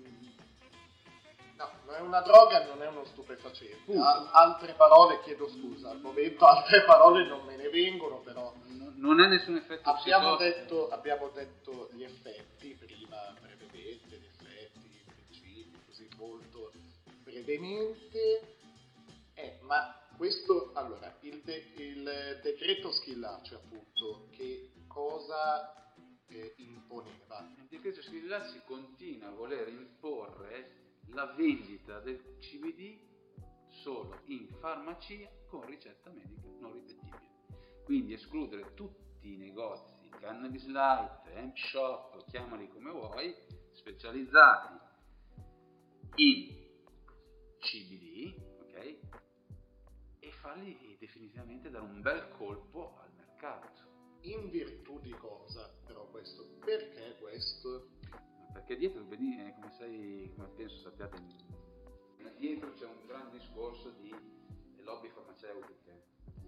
No, non è una droga, non è uno stupefacente. Altre parole, chiedo scusa, al momento altre parole non me ne vengono, però... Non è nessun effetto abbiamo detto gli effetti prima, brevemente, gli effetti, i principi, così molto brevemente. Ma questo, allora, il decreto Schillaci, appunto, che cosa imponeva? Il decreto Schillaci continua a voler imporre la vendita del CBD solo in farmacia con ricetta medica non ripetibile. Quindi escludere tutti i negozi, Cannabis Light, hemp shop, chiamali come vuoi, specializzati in CBD, ok? E fargli definitivamente dare un bel colpo al mercato. In virtù di cosa però questo? Perché questo? Perché dietro, come penso sappiate, dietro c'è un gran discorso di lobby farmaceutiche.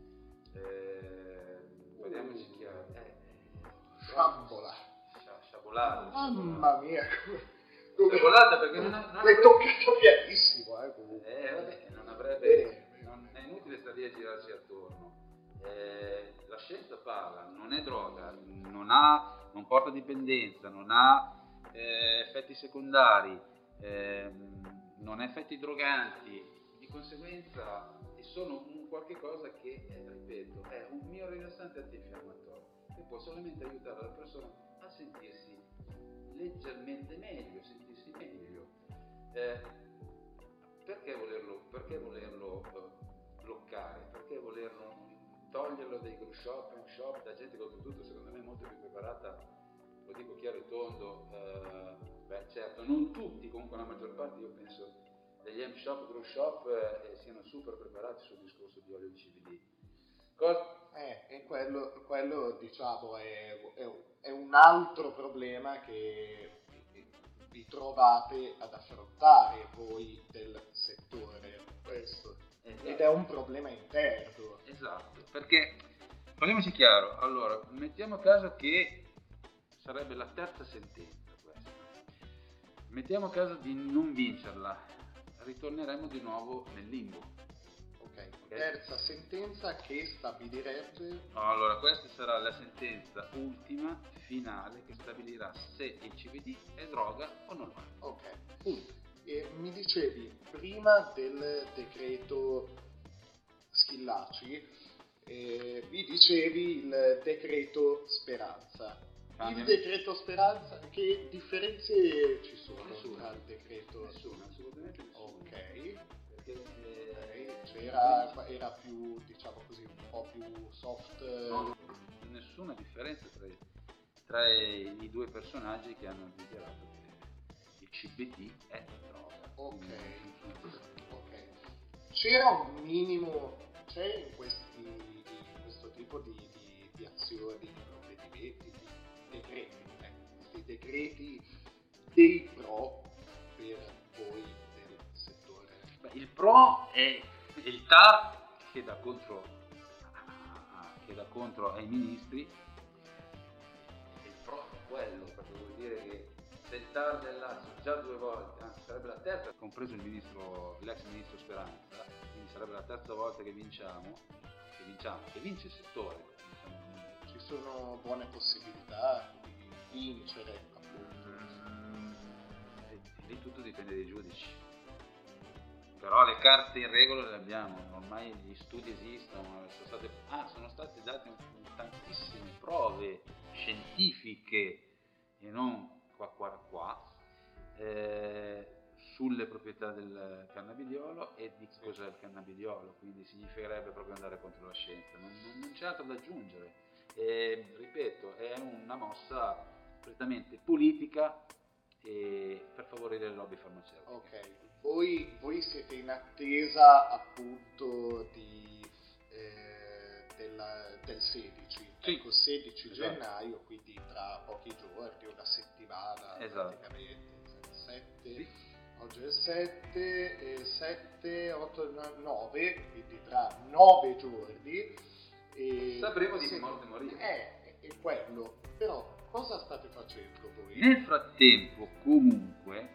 Parliamoci chiaro. Sciabolata. Mamma mia. Sciabolata perché non è toccato pianissimo, comunque. Vabbè, non avrebbe... è inutile stare lì a girarci attorno. La scienza parla, non è droga, non porta dipendenza, non ha effetti secondari, non ha effetti droganti, di conseguenza è solo un qualche cosa che, ripeto, è un mio rilassante antinfiammatorio che può solamente aiutare la persona a sentirsi leggermente meglio, sentirsi meglio. Perché volerlo bloccare? Perché volerlo toglierlo dai grow shop, home shop, da gente che oltretutto secondo me è molto più preparata, lo dico chiaro e tondo, certo, non tutti, comunque la maggior parte, io penso, degli hemp shop, grow shop siano super preparati sul discorso di olio di CBD. E quello diciamo è un altro problema che vi trovate ad affrontare voi del settore, questo. Esatto. Ed è un problema interno. Esatto, perché parliamoci chiaro, allora, mettiamo caso che sarebbe la terza sentenza questa. Mettiamo caso di non vincerla, ritorneremo di nuovo nel limbo. Ok. Terza sentenza che stabilirebbe... Allora, questa sarà la sentenza ultima, finale, che stabilirà se il CBD è droga o non lo è. Ok, punto. E mi dicevi prima del decreto Schillaci, mi dicevi il decreto Speranza. Il decreto Speranza, che differenze ci sono tra il decreto? Nessuna, assolutamente nessuna. Ok. Perché era più, diciamo così, un po' più soft. No, nessuna differenza tra i due personaggi che hanno dichiarato che il CBD è droga. Ok. C'era un minimo, c'è in questo tipo di azioni, di provvedimenti, di decreti, questi decreti dei pro per voi del settore? Il pro è il TAR che dà contro ai ministri. Il pro è quello, perché vuol dire che se il TAR del Lazio già 2 volte, anzi sarebbe la terza, compreso l'ex ministro Speranza, quindi sarebbe la terza volta che vince il settore. Ci sono buone possibilità di vincere, appunto. Lì tutto dipende dai giudici. però le carte in regola le abbiamo, ormai gli studi esistono, sono state date tantissime prove scientifiche e non qua sulle proprietà del cannabidiolo e di cos'è il cannabidiolo, quindi significherebbe proprio andare contro la scienza, non c'è altro da aggiungere. Ripeto, è una mossa prettamente politica per favorire le lobby farmaceutiche. Ok, voi siete in attesa appunto del 16, sì. Ecco, 16 Esatto. gennaio, quindi tra pochi giorni, una settimana, esatto. Praticamente, 7, sì. Oggi è il 7, 8, 9, quindi tra 9 giorni sapremo di che morte morire. È quello, però cosa state facendo voi? Nel frattempo, comunque,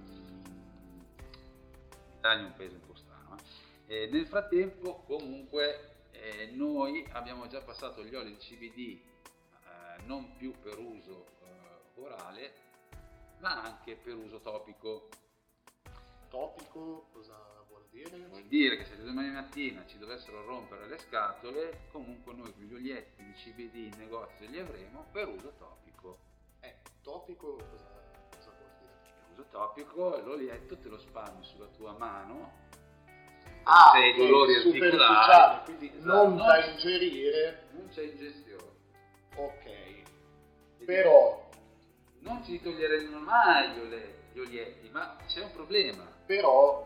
l'Italia è un paese un po' strano, nel frattempo, comunque, noi abbiamo già passato gli oli di CBD non più per uso orale, ma anche per uso topico. Topico cosa vuol dire? Vuol dire che se domani mattina ci dovessero rompere le scatole, comunque noi gli olietti di CBD in negozio li avremo per uso topico. Topico cosa vuol dire? Uso topico è l'olietto, te lo spalmi sulla tua mano. Se hai dolori superficiali, quindi esatto, non da ingerire. Non c'è ingestione. Ok. Però non ci toglieremo mai gli olietti, ma c'è un problema. Però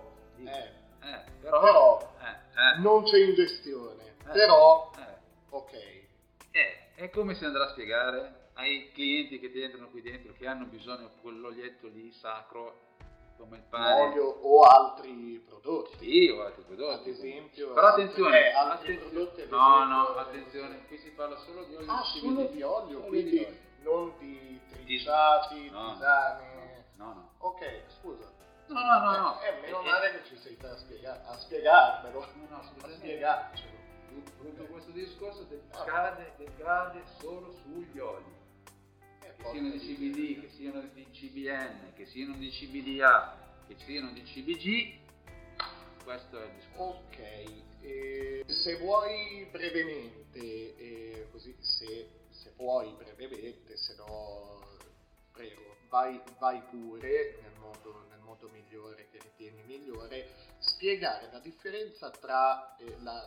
però non c'è ingestione. Però ok. E come si andrà a spiegare ai clienti che ti entrano qui dentro, che hanno bisogno di quell'olietto lì sacro come il pane, olio o altri prodotti? Sì, o altri prodotti. Ad esempio, però attenzione, altri prodotti, attenzione, qui si parla solo di olio. Solo di olio, quindi non di trinciati, tisane. No. Ok, scusa. No. Meno male che ci sei te a spiegarmelo. No, a spiegarcelo. Tutto questo discorso decade solo sugli oli. Che siano di CBD, che siano di CBN, che siano di CBDA, che siano di CBG, questo è il discorso. Ok, se vuoi brevemente, così se puoi brevemente, se no prego, vai pure nel modo migliore che ritieni migliore, spiegare la differenza tra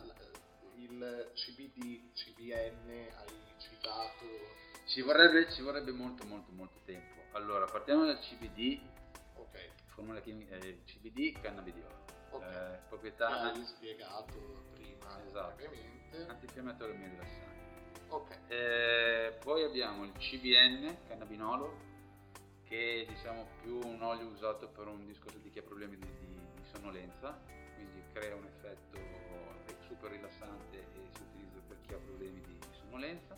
il CBD, CBN, hai citato. Ci vorrebbe molto tempo. Allora, partiamo dal CBD. Ok. Formula chimica CBD, cannabidiolo. Ok. Proprietà. Hai spiegato prima. Esatto. Brevemente. Antinfiammatorio e rilassante. Ok. Poi abbiamo il CBN, cannabinolo, che è diciamo più un olio usato per un discorso di chi ha problemi di sonnolenza, quindi crea un effetto super rilassante e si utilizza per chi ha problemi di sonnolenza,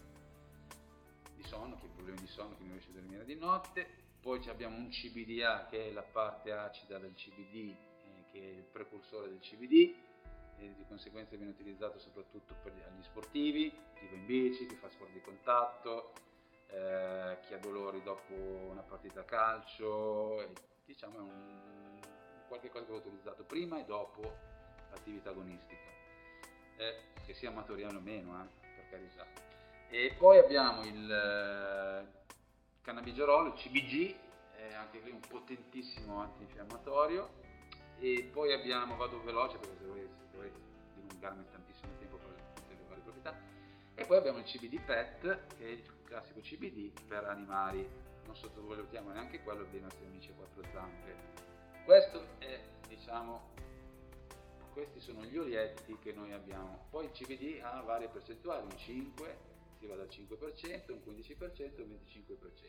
di sonno, chi ha problemi di sonno, che non riesce a dormire di notte. Poi abbiamo un CBDA che è la parte acida del CBD, che è il precursore del CBD, e di conseguenza viene utilizzato soprattutto per gli sportivi, chi va in bici, chi fa sport di contatto, chi ha dolori dopo una partita a calcio, diciamo è qualche cosa che va utilizzato prima e dopo l'attività agonistica, che sia amatoriale o meno, per carità. E poi abbiamo il cannabigerolo, il CBG, anche qui un potentissimo antinfiammatorio. E poi abbiamo, vado veloce perché se dovrei dilungarmi tantissimo tempo per tutte le varie proprietà, e poi abbiamo il CBD PET, che è il classico CBD per animali, non sottovalutiamo neanche quello dei nostri amici a quattro zampe. Questo è, diciamo, questi sono gli olietti che noi abbiamo. Poi il CBD ha varie percentuali, un 5, si va dal 5%, un 15%, un 25%.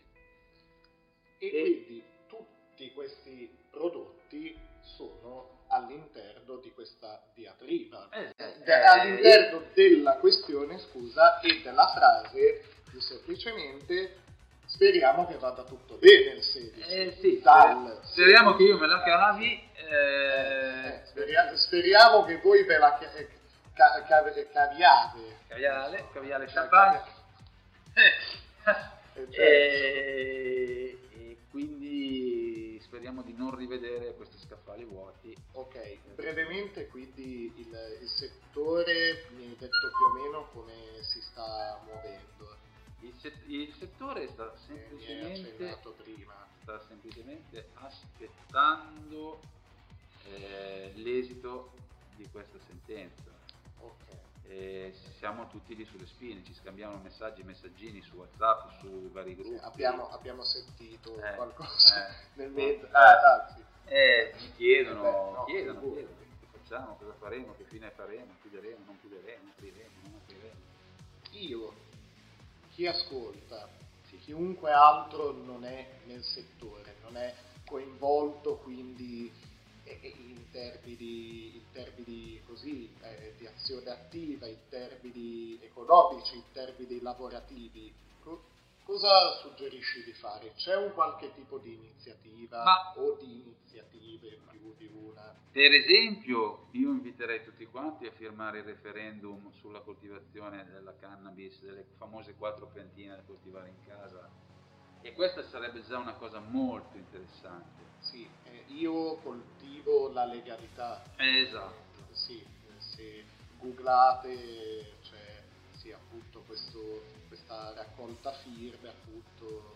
E quindi tutti questi prodotti sono all'interno di questa diatriba, all'interno della questione, scusa, e della frase più semplicemente speriamo che vada tutto bene il 16. Sì, speriamo che io me la cavi. Speriamo che voi ve la caviale champagne. E quindi speriamo di non rivedere questi scaffali vuoti. Ok, brevemente quindi il settore mi hai detto più o meno come si sta muovendo. Il settore sta semplicemente aspettando l'esito di questa sentenza. Okay. Siamo tutti lì sulle spine, ci scambiamo messaggini su WhatsApp, su vari gruppi. Sì, abbiamo sentito qualcosa nel mentre. Ci chiedono che facciamo, cosa faremo, che fine faremo, chiuderemo, non chiuderemo, apriremo, non apriremo. Io, chi ascolta, chiunque altro non è nel settore, non è coinvolto quindi in termini così di azione attiva, in termini economici, in termini lavorativi, cosa suggerisci di fare? C'è un qualche tipo di iniziativa o di iniziative più di una? Per esempio, io inviterei tutti quanti a firmare il referendum sulla coltivazione della cannabis, delle famose 4 piantine da coltivare in casa, e questa sarebbe già una cosa molto interessante. Sì, io coltivo la legalità. Esatto. Sì, se googlate c'è appunto questa raccolta firme appunto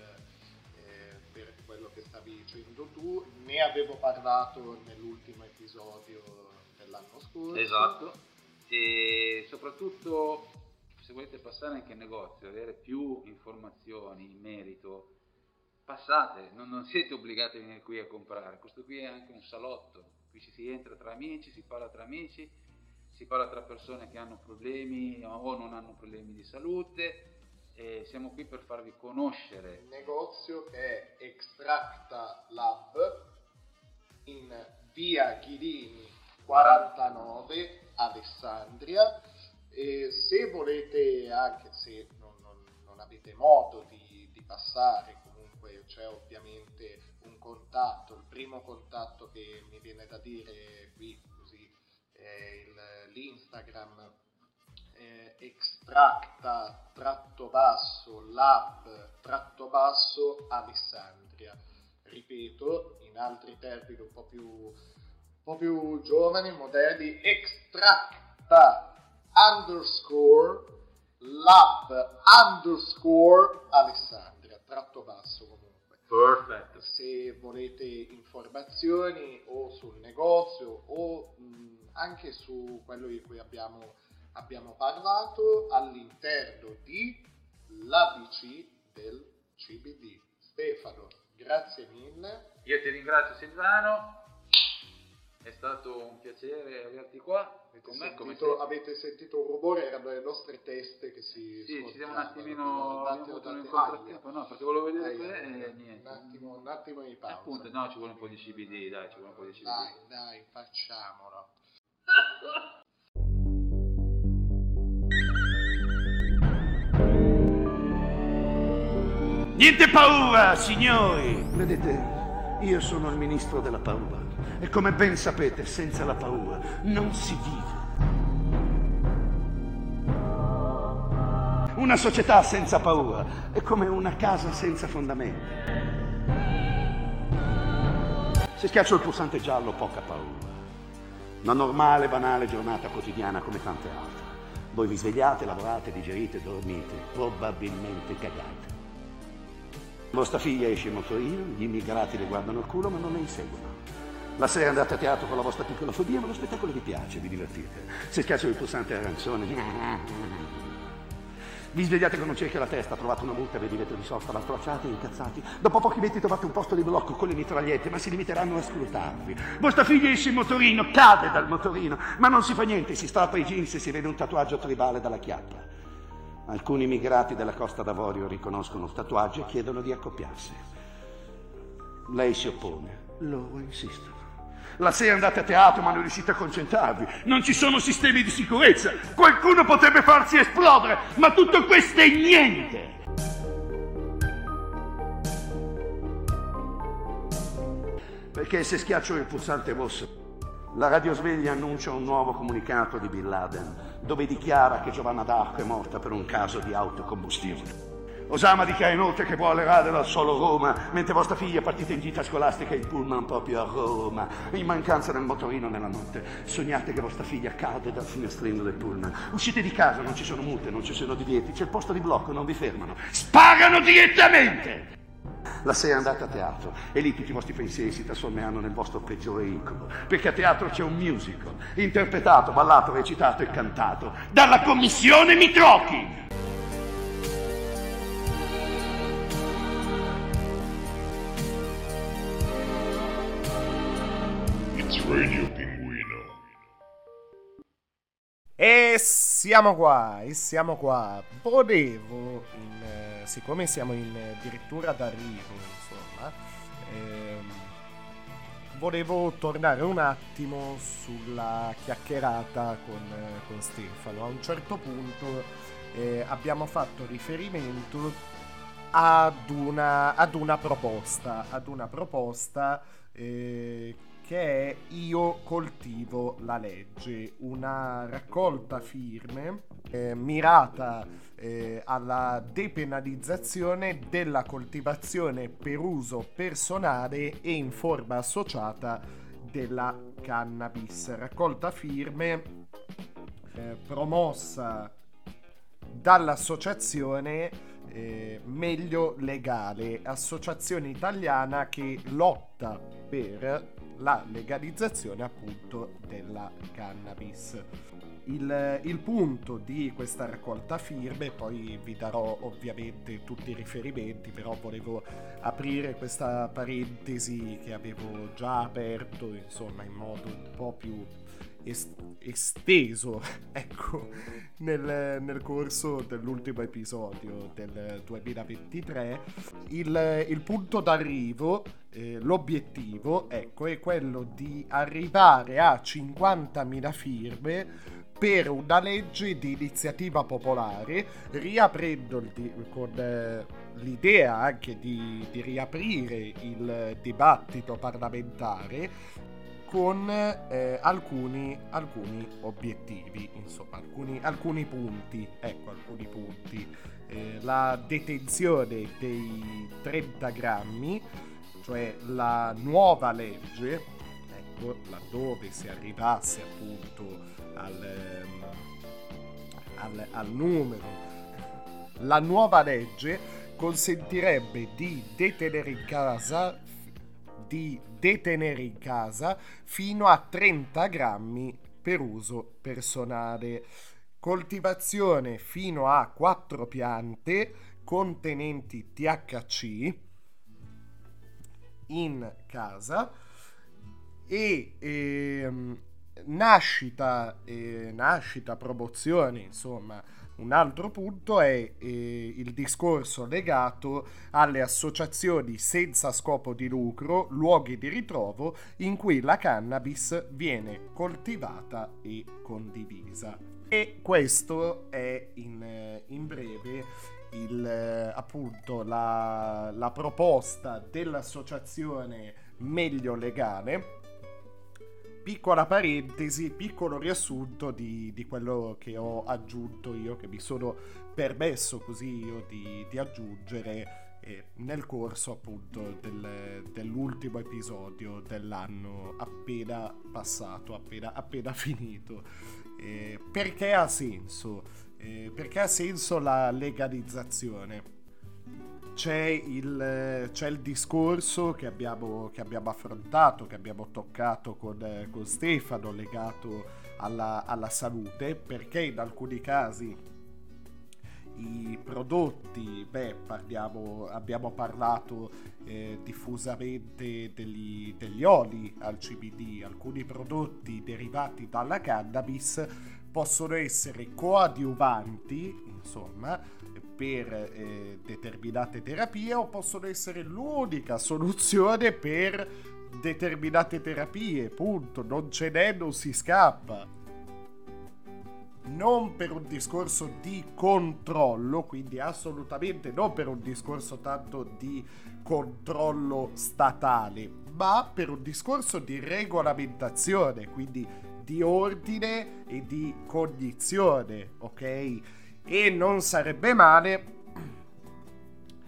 per quello che stavi dicendo tu. Ne avevo parlato nell'ultimo episodio dell'anno scorso. Esatto, e soprattutto se volete passare anche in negozio, avere più informazioni in merito, passate, non siete obbligati a venire qui a comprare. Questo qui è anche un salotto, qui si entra tra amici, si parla tra amici, si parla tra persone che hanno problemi o non hanno problemi di salute, e siamo qui per farvi conoscere. Il negozio che è Extracta Lab in via Ghidini 49, Alessandria, e se volete, anche se non avete modo di passare, comunque c'è ovviamente un contatto. Il primo contatto che mi viene da dire qui così è l'Instagram extracta_lab_Alessandria. Ripeto, in altri termini un po' più giovani, moderni, extracta_lab_Alessandria, tratto basso comunque. Perfetto. Se volete informazioni o sul negozio o anche su quello di cui abbiamo parlato all'interno di l'ABC del CBD. Stefano, grazie mille. Io ti ringrazio Silvano, è stato un piacere averti qua. Avete sentito un rumore? Erano le nostre teste che si ci siamo un attimino in contrattempo, no, perché volevo vedere e niente. Un attimo di pausa. Appunto, no, ci vuole un po' di CBD, dai, ci vuole un po' di CBD. Dai, facciamolo. Niente paura, signori! Vedete, io sono il ministro della paura e come ben sapete, senza la paura non si vive. Una società senza paura è come una casa senza fondamenti. Se schiaccio il pulsante giallo, poca paura. Una normale, banale giornata quotidiana come tante altre. Voi vi svegliate, lavorate, digerite, dormite, probabilmente cagate. Vostra figlia esce in motorino, gli immigrati le guardano il culo ma non le inseguono. La sera andate a teatro con la vostra piccola fobia, ma lo spettacolo vi piace, vi divertite. Se schiaccio il pulsante arancione, vi svegliate con un cerchio alla testa, trovate una multa, vi divete risolta, la stracciate, incazzati. Dopo pochi minuti trovate un posto di blocco con le mitragliette, ma si limiteranno a scrutarvi. Vostra figlia esce in motorino, cade dal motorino, ma non si fa niente, si strappa i jeans e si vede un tatuaggio tribale dalla chiappa. Alcuni immigrati della Costa d'Avorio riconoscono il tatuaggio e chiedono di accoppiarsi. Lei si oppone, loro insistono. La sera andate a teatro ma non riuscite a concentrarvi. Non ci sono sistemi di sicurezza. Qualcuno potrebbe farsi esplodere, ma tutto questo è niente. Perché se schiaccio il pulsante rosso, la radiosveglia annuncia un nuovo comunicato di Bin Laden, dove dichiara che Giovanna d'Arco è morta per un caso di autocombustione. Osama dichiara inoltre che vuole radere al solo Roma, mentre vostra figlia è partita in gita scolastica in pullman proprio a Roma. In mancanza del motorino nella notte, sognate che vostra figlia cade dal finestrino del pullman. Uscite di casa, non ci sono multe, non ci sono divieti, c'è il posto di blocco, non vi fermano. Sparano direttamente! La sera andate a teatro e lì tutti i vostri pensieri si trasformeranno nel vostro peggiore incubo, perché a teatro c'è un musical, interpretato, ballato, recitato e cantato dalla commissione Mitrocchi. Radio Pinguino. E siamo qua. Volevo, siccome siamo addirittura d'arrivo, insomma, volevo tornare un attimo sulla chiacchierata con Stefano. A un certo punto abbiamo fatto riferimento ad una proposta che è Io coltivo la legge, una raccolta firme mirata alla depenalizzazione della coltivazione per uso personale e in forma associata della cannabis. Raccolta firme promossa dall'associazione Meglio Legale, associazione italiana che lotta per la legalizzazione appunto della cannabis. Il punto di questa raccolta firme, poi vi darò ovviamente tutti i riferimenti, però volevo aprire questa parentesi che avevo già aperto, insomma, in modo un po' più esteso, ecco, nel corso dell'ultimo episodio del 2023. Il punto d'arrivo, l'obiettivo, ecco, è quello di arrivare a 50.000 firme per una legge di iniziativa popolare, riaprendo con l'idea anche di riaprire il dibattito parlamentare con alcuni obiettivi, insomma, alcuni punti, ecco, alcuni punti. La detenzione dei 30 grammi, cioè la nuova legge, ecco, laddove si arrivasse appunto al numero, la nuova legge consentirebbe di detenere in casa fino a 30 grammi per uso personale, coltivazione fino a 4 piante contenenti THC in casa e nascita, promozione, insomma. Un altro punto è il discorso legato alle associazioni senza scopo di lucro, luoghi di ritrovo in cui la cannabis viene coltivata e condivisa. E questo è in breve appunto la proposta dell'associazione Meglio Legale. Piccola parentesi, piccolo riassunto di quello che ho aggiunto io, che mi sono permesso così io di aggiungere nel corso appunto dell'ultimo episodio dell'anno appena passato, appena finito. Perché ha senso? Perché ha senso la legalizzazione? C'è il discorso che abbiamo affrontato, che abbiamo toccato con Stefano, legato alla salute, perché in alcuni casi i prodotti, abbiamo parlato diffusamente degli oli al CBD, alcuni prodotti derivati dalla cannabis possono essere coadiuvanti, insomma, per determinate terapie, o possono essere l'unica soluzione per determinate terapie, punto. Non ce n'è, non si scappa. Non per un discorso di controllo, quindi assolutamente non per un discorso tanto di controllo statale, ma per un discorso di regolamentazione, quindi di ordine e di cognizione, ok? E non sarebbe male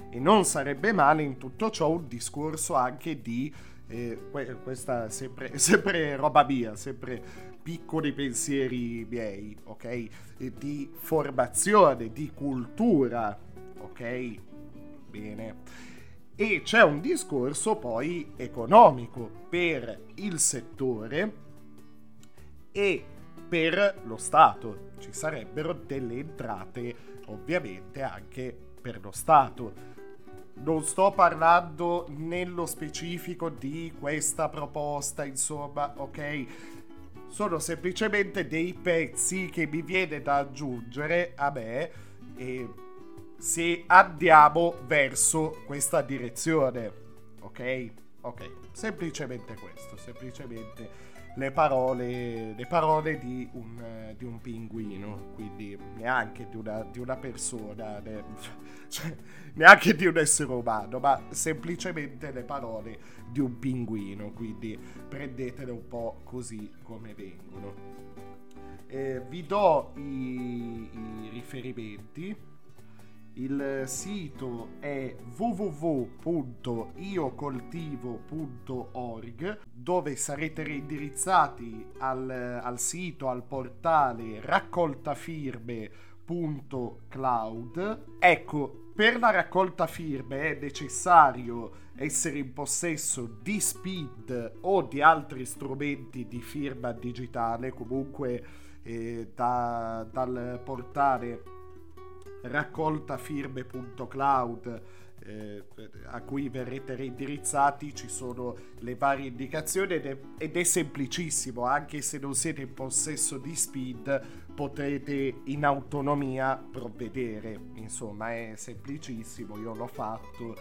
E non sarebbe male in tutto ciò un discorso anche di questa sempre roba mia, sempre piccoli pensieri miei, ok? Di formazione, di cultura, ok? Bene. E c'è un discorso poi economico per il settore e per lo Stato. Ci sarebbero delle entrate ovviamente anche per lo Stato. Non sto parlando nello specifico di questa proposta, insomma, ok? Sono semplicemente dei pezzi che mi viene da aggiungere a me se andiamo verso questa direzione, ok? Ok, semplicemente questo, semplicemente le parole di un pinguino, quindi neanche di una persona, cioè, neanche di un essere umano, ma semplicemente le parole di un pinguino, quindi prendetele un po' così come vengono. Vi do i riferimenti. Il sito è www.iocoltivo.org, dove sarete reindirizzati al sito, al portale raccoltafirme.cloud. Ecco, per la raccolta firme è necessario essere in possesso di SPID o di altri strumenti di firma digitale, comunque dal portale raccoltafirme.cloud a cui verrete reindirizzati ci sono le varie indicazioni ed è semplicissimo. Anche se non siete in possesso di SPID potrete in autonomia provvedere, insomma è semplicissimo. Io l'ho fatto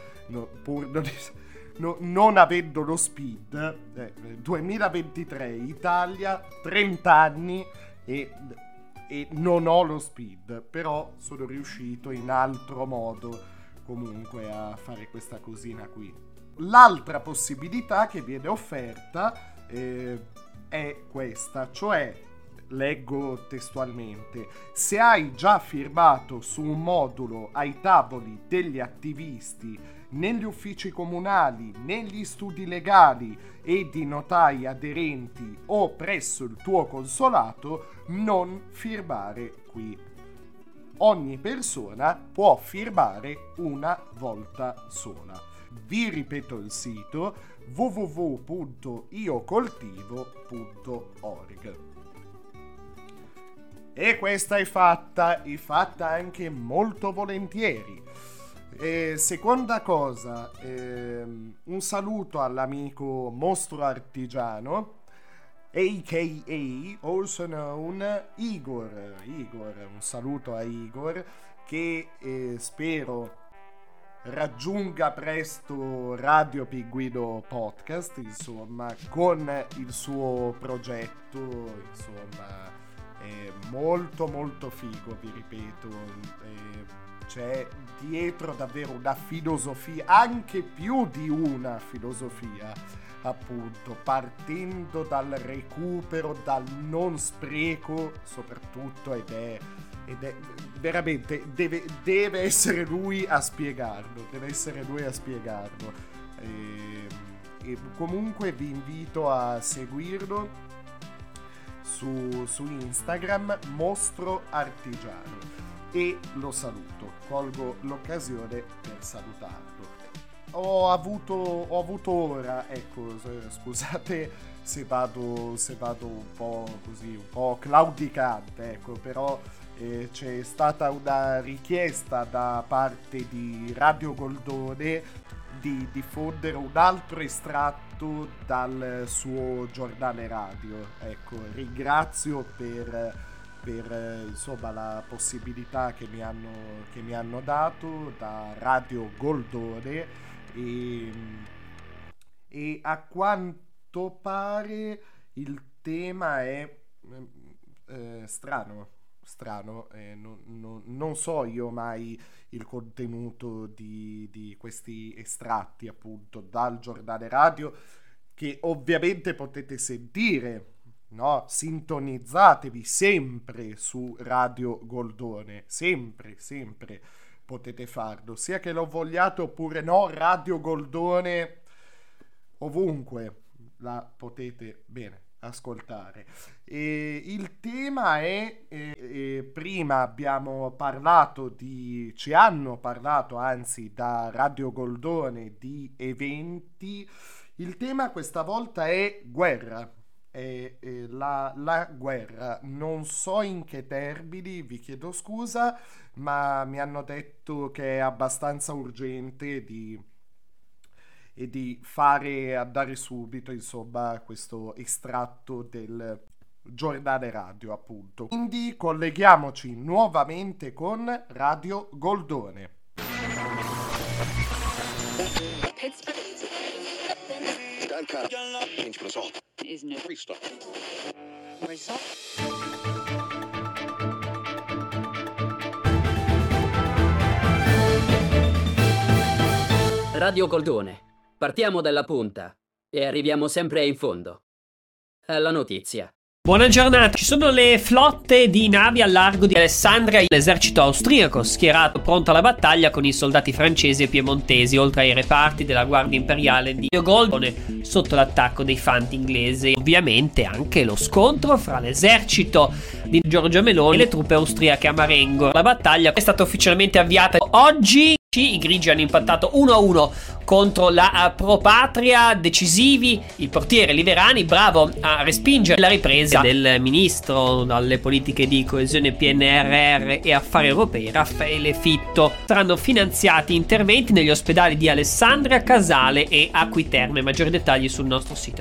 non avendo lo SPID. 2023 Italia, 30 anni e non ho lo SPID, però sono riuscito in altro modo comunque a fare questa cosina qui. L'altra possibilità che viene offerta è questa, cioè, leggo testualmente: se hai già firmato su un modulo ai tavoli degli attivisti, negli uffici comunali, negli studi legali e di notai aderenti o presso il tuo consolato, non firmare qui. Ogni persona può firmare una volta sola. Vi ripeto il sito: www.iocoltivo.org. E questa è fatta anche molto volentieri. Seconda cosa, un saluto all'amico Mostro Artigiano, a.k.a. also known Igor, un saluto a Igor, che spero raggiunga presto Radio Pinguino Podcast, insomma, con il suo progetto, insomma, è molto molto figo, vi ripeto. C'è dietro davvero una filosofia, anche più di una filosofia, appunto, partendo dal recupero, dal non spreco soprattutto, ed è veramente deve essere lui a spiegarlo, e comunque vi invito a seguirlo su Instagram, Mostro Artigiano, e lo saluto, colgo l'occasione per salutarlo. Ho avuto ora, ecco, scusate se vado un po' così, un po' claudicante, ecco, però c'è stata una richiesta da parte di Radio Goldone di diffondere un altro estratto dal suo giornale radio. Ecco, ringrazio per insomma la possibilità che mi hanno dato da Radio Goldone, e a quanto pare il tema è strano, non so io mai il contenuto di questi estratti, appunto, dal giornale radio, che ovviamente potete sentire, no? Sintonizzatevi sempre su Radio Goldone, sempre potete farlo, sia che lo vogliate oppure no. Radio Goldone ovunque la potete ascoltare. E il tema è prima abbiamo parlato ci hanno parlato anzi da Radio Goldone di eventi. Il tema questa volta è guerra. La guerra, non so in che termini, vi chiedo scusa, ma mi hanno detto che è abbastanza urgente di fare andare subito, insomma, questo estratto del giornale radio, appunto. Quindi colleghiamoci nuovamente con Radio Goldone. Radio Goldone. Partiamo dalla punta e arriviamo sempre in fondo. La notizia. Buona giornata. Ci sono le flotte di navi al largo di Alessandria. L'esercito austriaco schierato pronto alla battaglia con i soldati francesi e piemontesi, oltre ai reparti della Guardia Imperiale di Goldone sotto l'attacco dei fanti inglesi. Ovviamente anche lo scontro fra l'esercito di Giorgia Meloni e le truppe austriache a Marengo. La battaglia è stata ufficialmente avviata oggi. I grigi hanno impattato 1-1 contro la Pro Patria, decisivi il portiere Liverani, bravo a respingere la ripresa del ministro alle politiche di coesione, PNRR e affari europei Raffaele Fitto. Saranno finanziati interventi negli ospedali di Alessandria, Casale e Acquiterme. Maggiori dettagli sul nostro sito.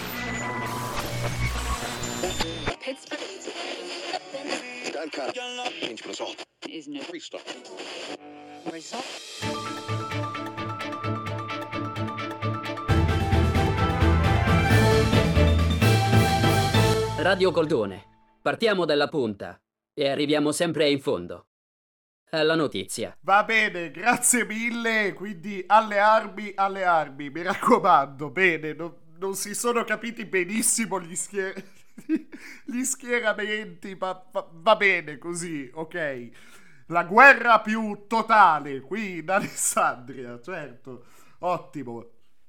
Radio Goldone. Partiamo dalla punta e arriviamo sempre in fondo. La notizia. Va bene, grazie mille. Quindi alle armi, mi raccomando. Bene, non si sono capiti benissimo gli schieramenti, ma va bene così, ok. La guerra più totale qui in Alessandria, certo, ottimo.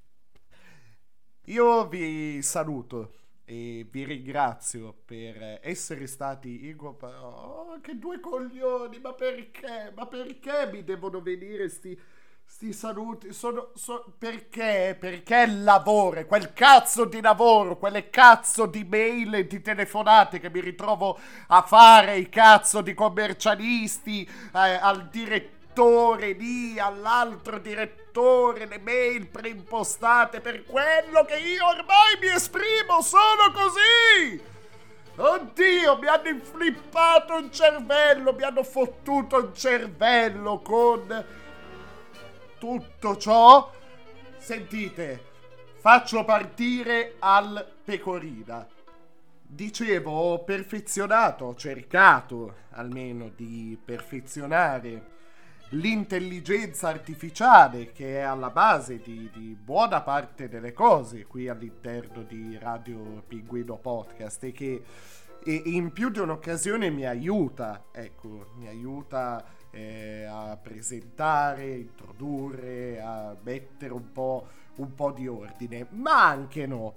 Io vi saluto e vi ringrazio per essere stati che due coglioni, ma perché mi devono venire sti saluti? Perché il lavoro, quel cazzo di lavoro, quelle cazzo di mail e di telefonate che mi ritrovo a fare, i cazzo di commercialisti, al direttore lì, all'altro direttore, le mail preimpostate per quello che io ormai mi esprimo solo così. Oddio, mi hanno inflippato il cervello, mi hanno fottuto il cervello con tutto ciò. Sentite, faccio partire al Pecorina. Dicevo, ho cercato almeno di perfezionare l'intelligenza artificiale che è alla base di buona parte delle cose qui all'interno di Radio Pinguino Podcast e che in più di un'occasione mi aiuta a presentare, introdurre, a mettere un po' di ordine, ma anche no.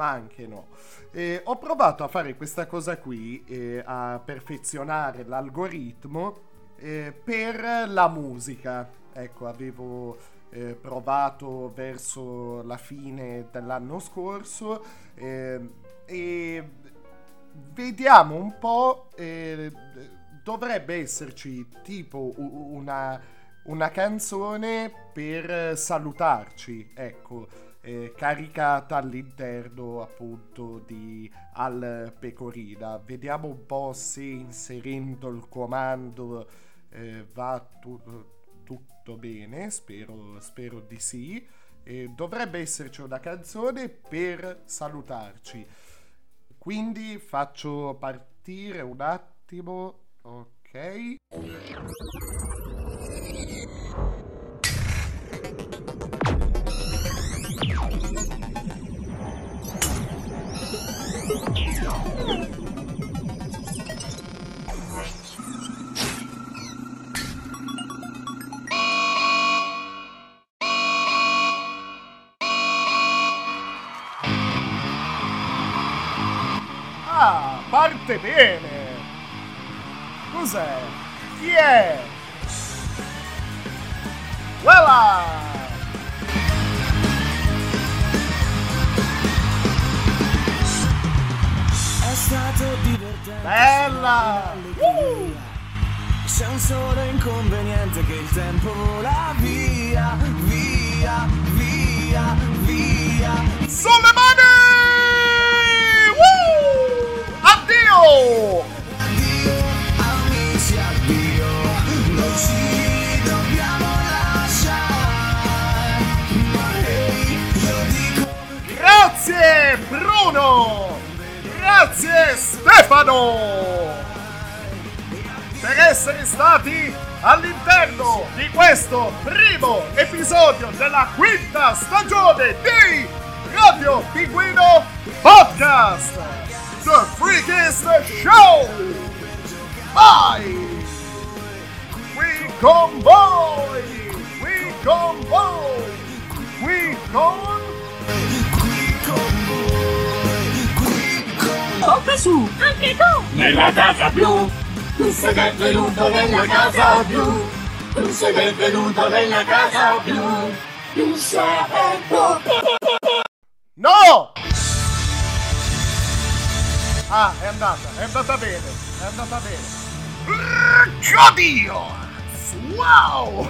Ho provato a fare questa cosa qui, a perfezionare l'algoritmo per la musica. Ecco, avevo provato verso la fine dell'anno scorso e vediamo un po'. Dovrebbe esserci tipo una canzone per salutarci, ecco, caricata all'interno appunto di Al Pecorina. Vediamo un po' se inserendo il comando va tutto bene, spero di sì. Dovrebbe esserci una canzone per salutarci, quindi faccio partire un attimo. Ok. sente bene. Cos'è? Chi è? Voilà! È stato divertente. Bella! C'è un solo inconveniente, che il tempo vola via, via, via, via. Sulle mani! Addio! Addio, amici, addio. Non ci dobbiamo lasciare. Ma io dico... Grazie Bruno! Grazie Stefano! Per essere stati all'interno di questo primo episodio della quinta stagione di Radio Pinguino Podcast, The Freakiest Show! Vai! Qui con voi! Qui con voi! Qui con... Bocca su, anche tu! Nella casa blu! Tu sei benvenuto nella casa blu! Tu sei benvenuto nella casa blu! Tu sei benvenuto! No! Ah, è andata bene, è andata bene. Oddio! Wow!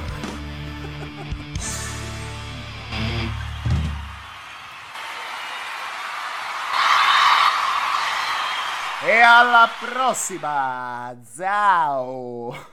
E alla prossima! Ciao!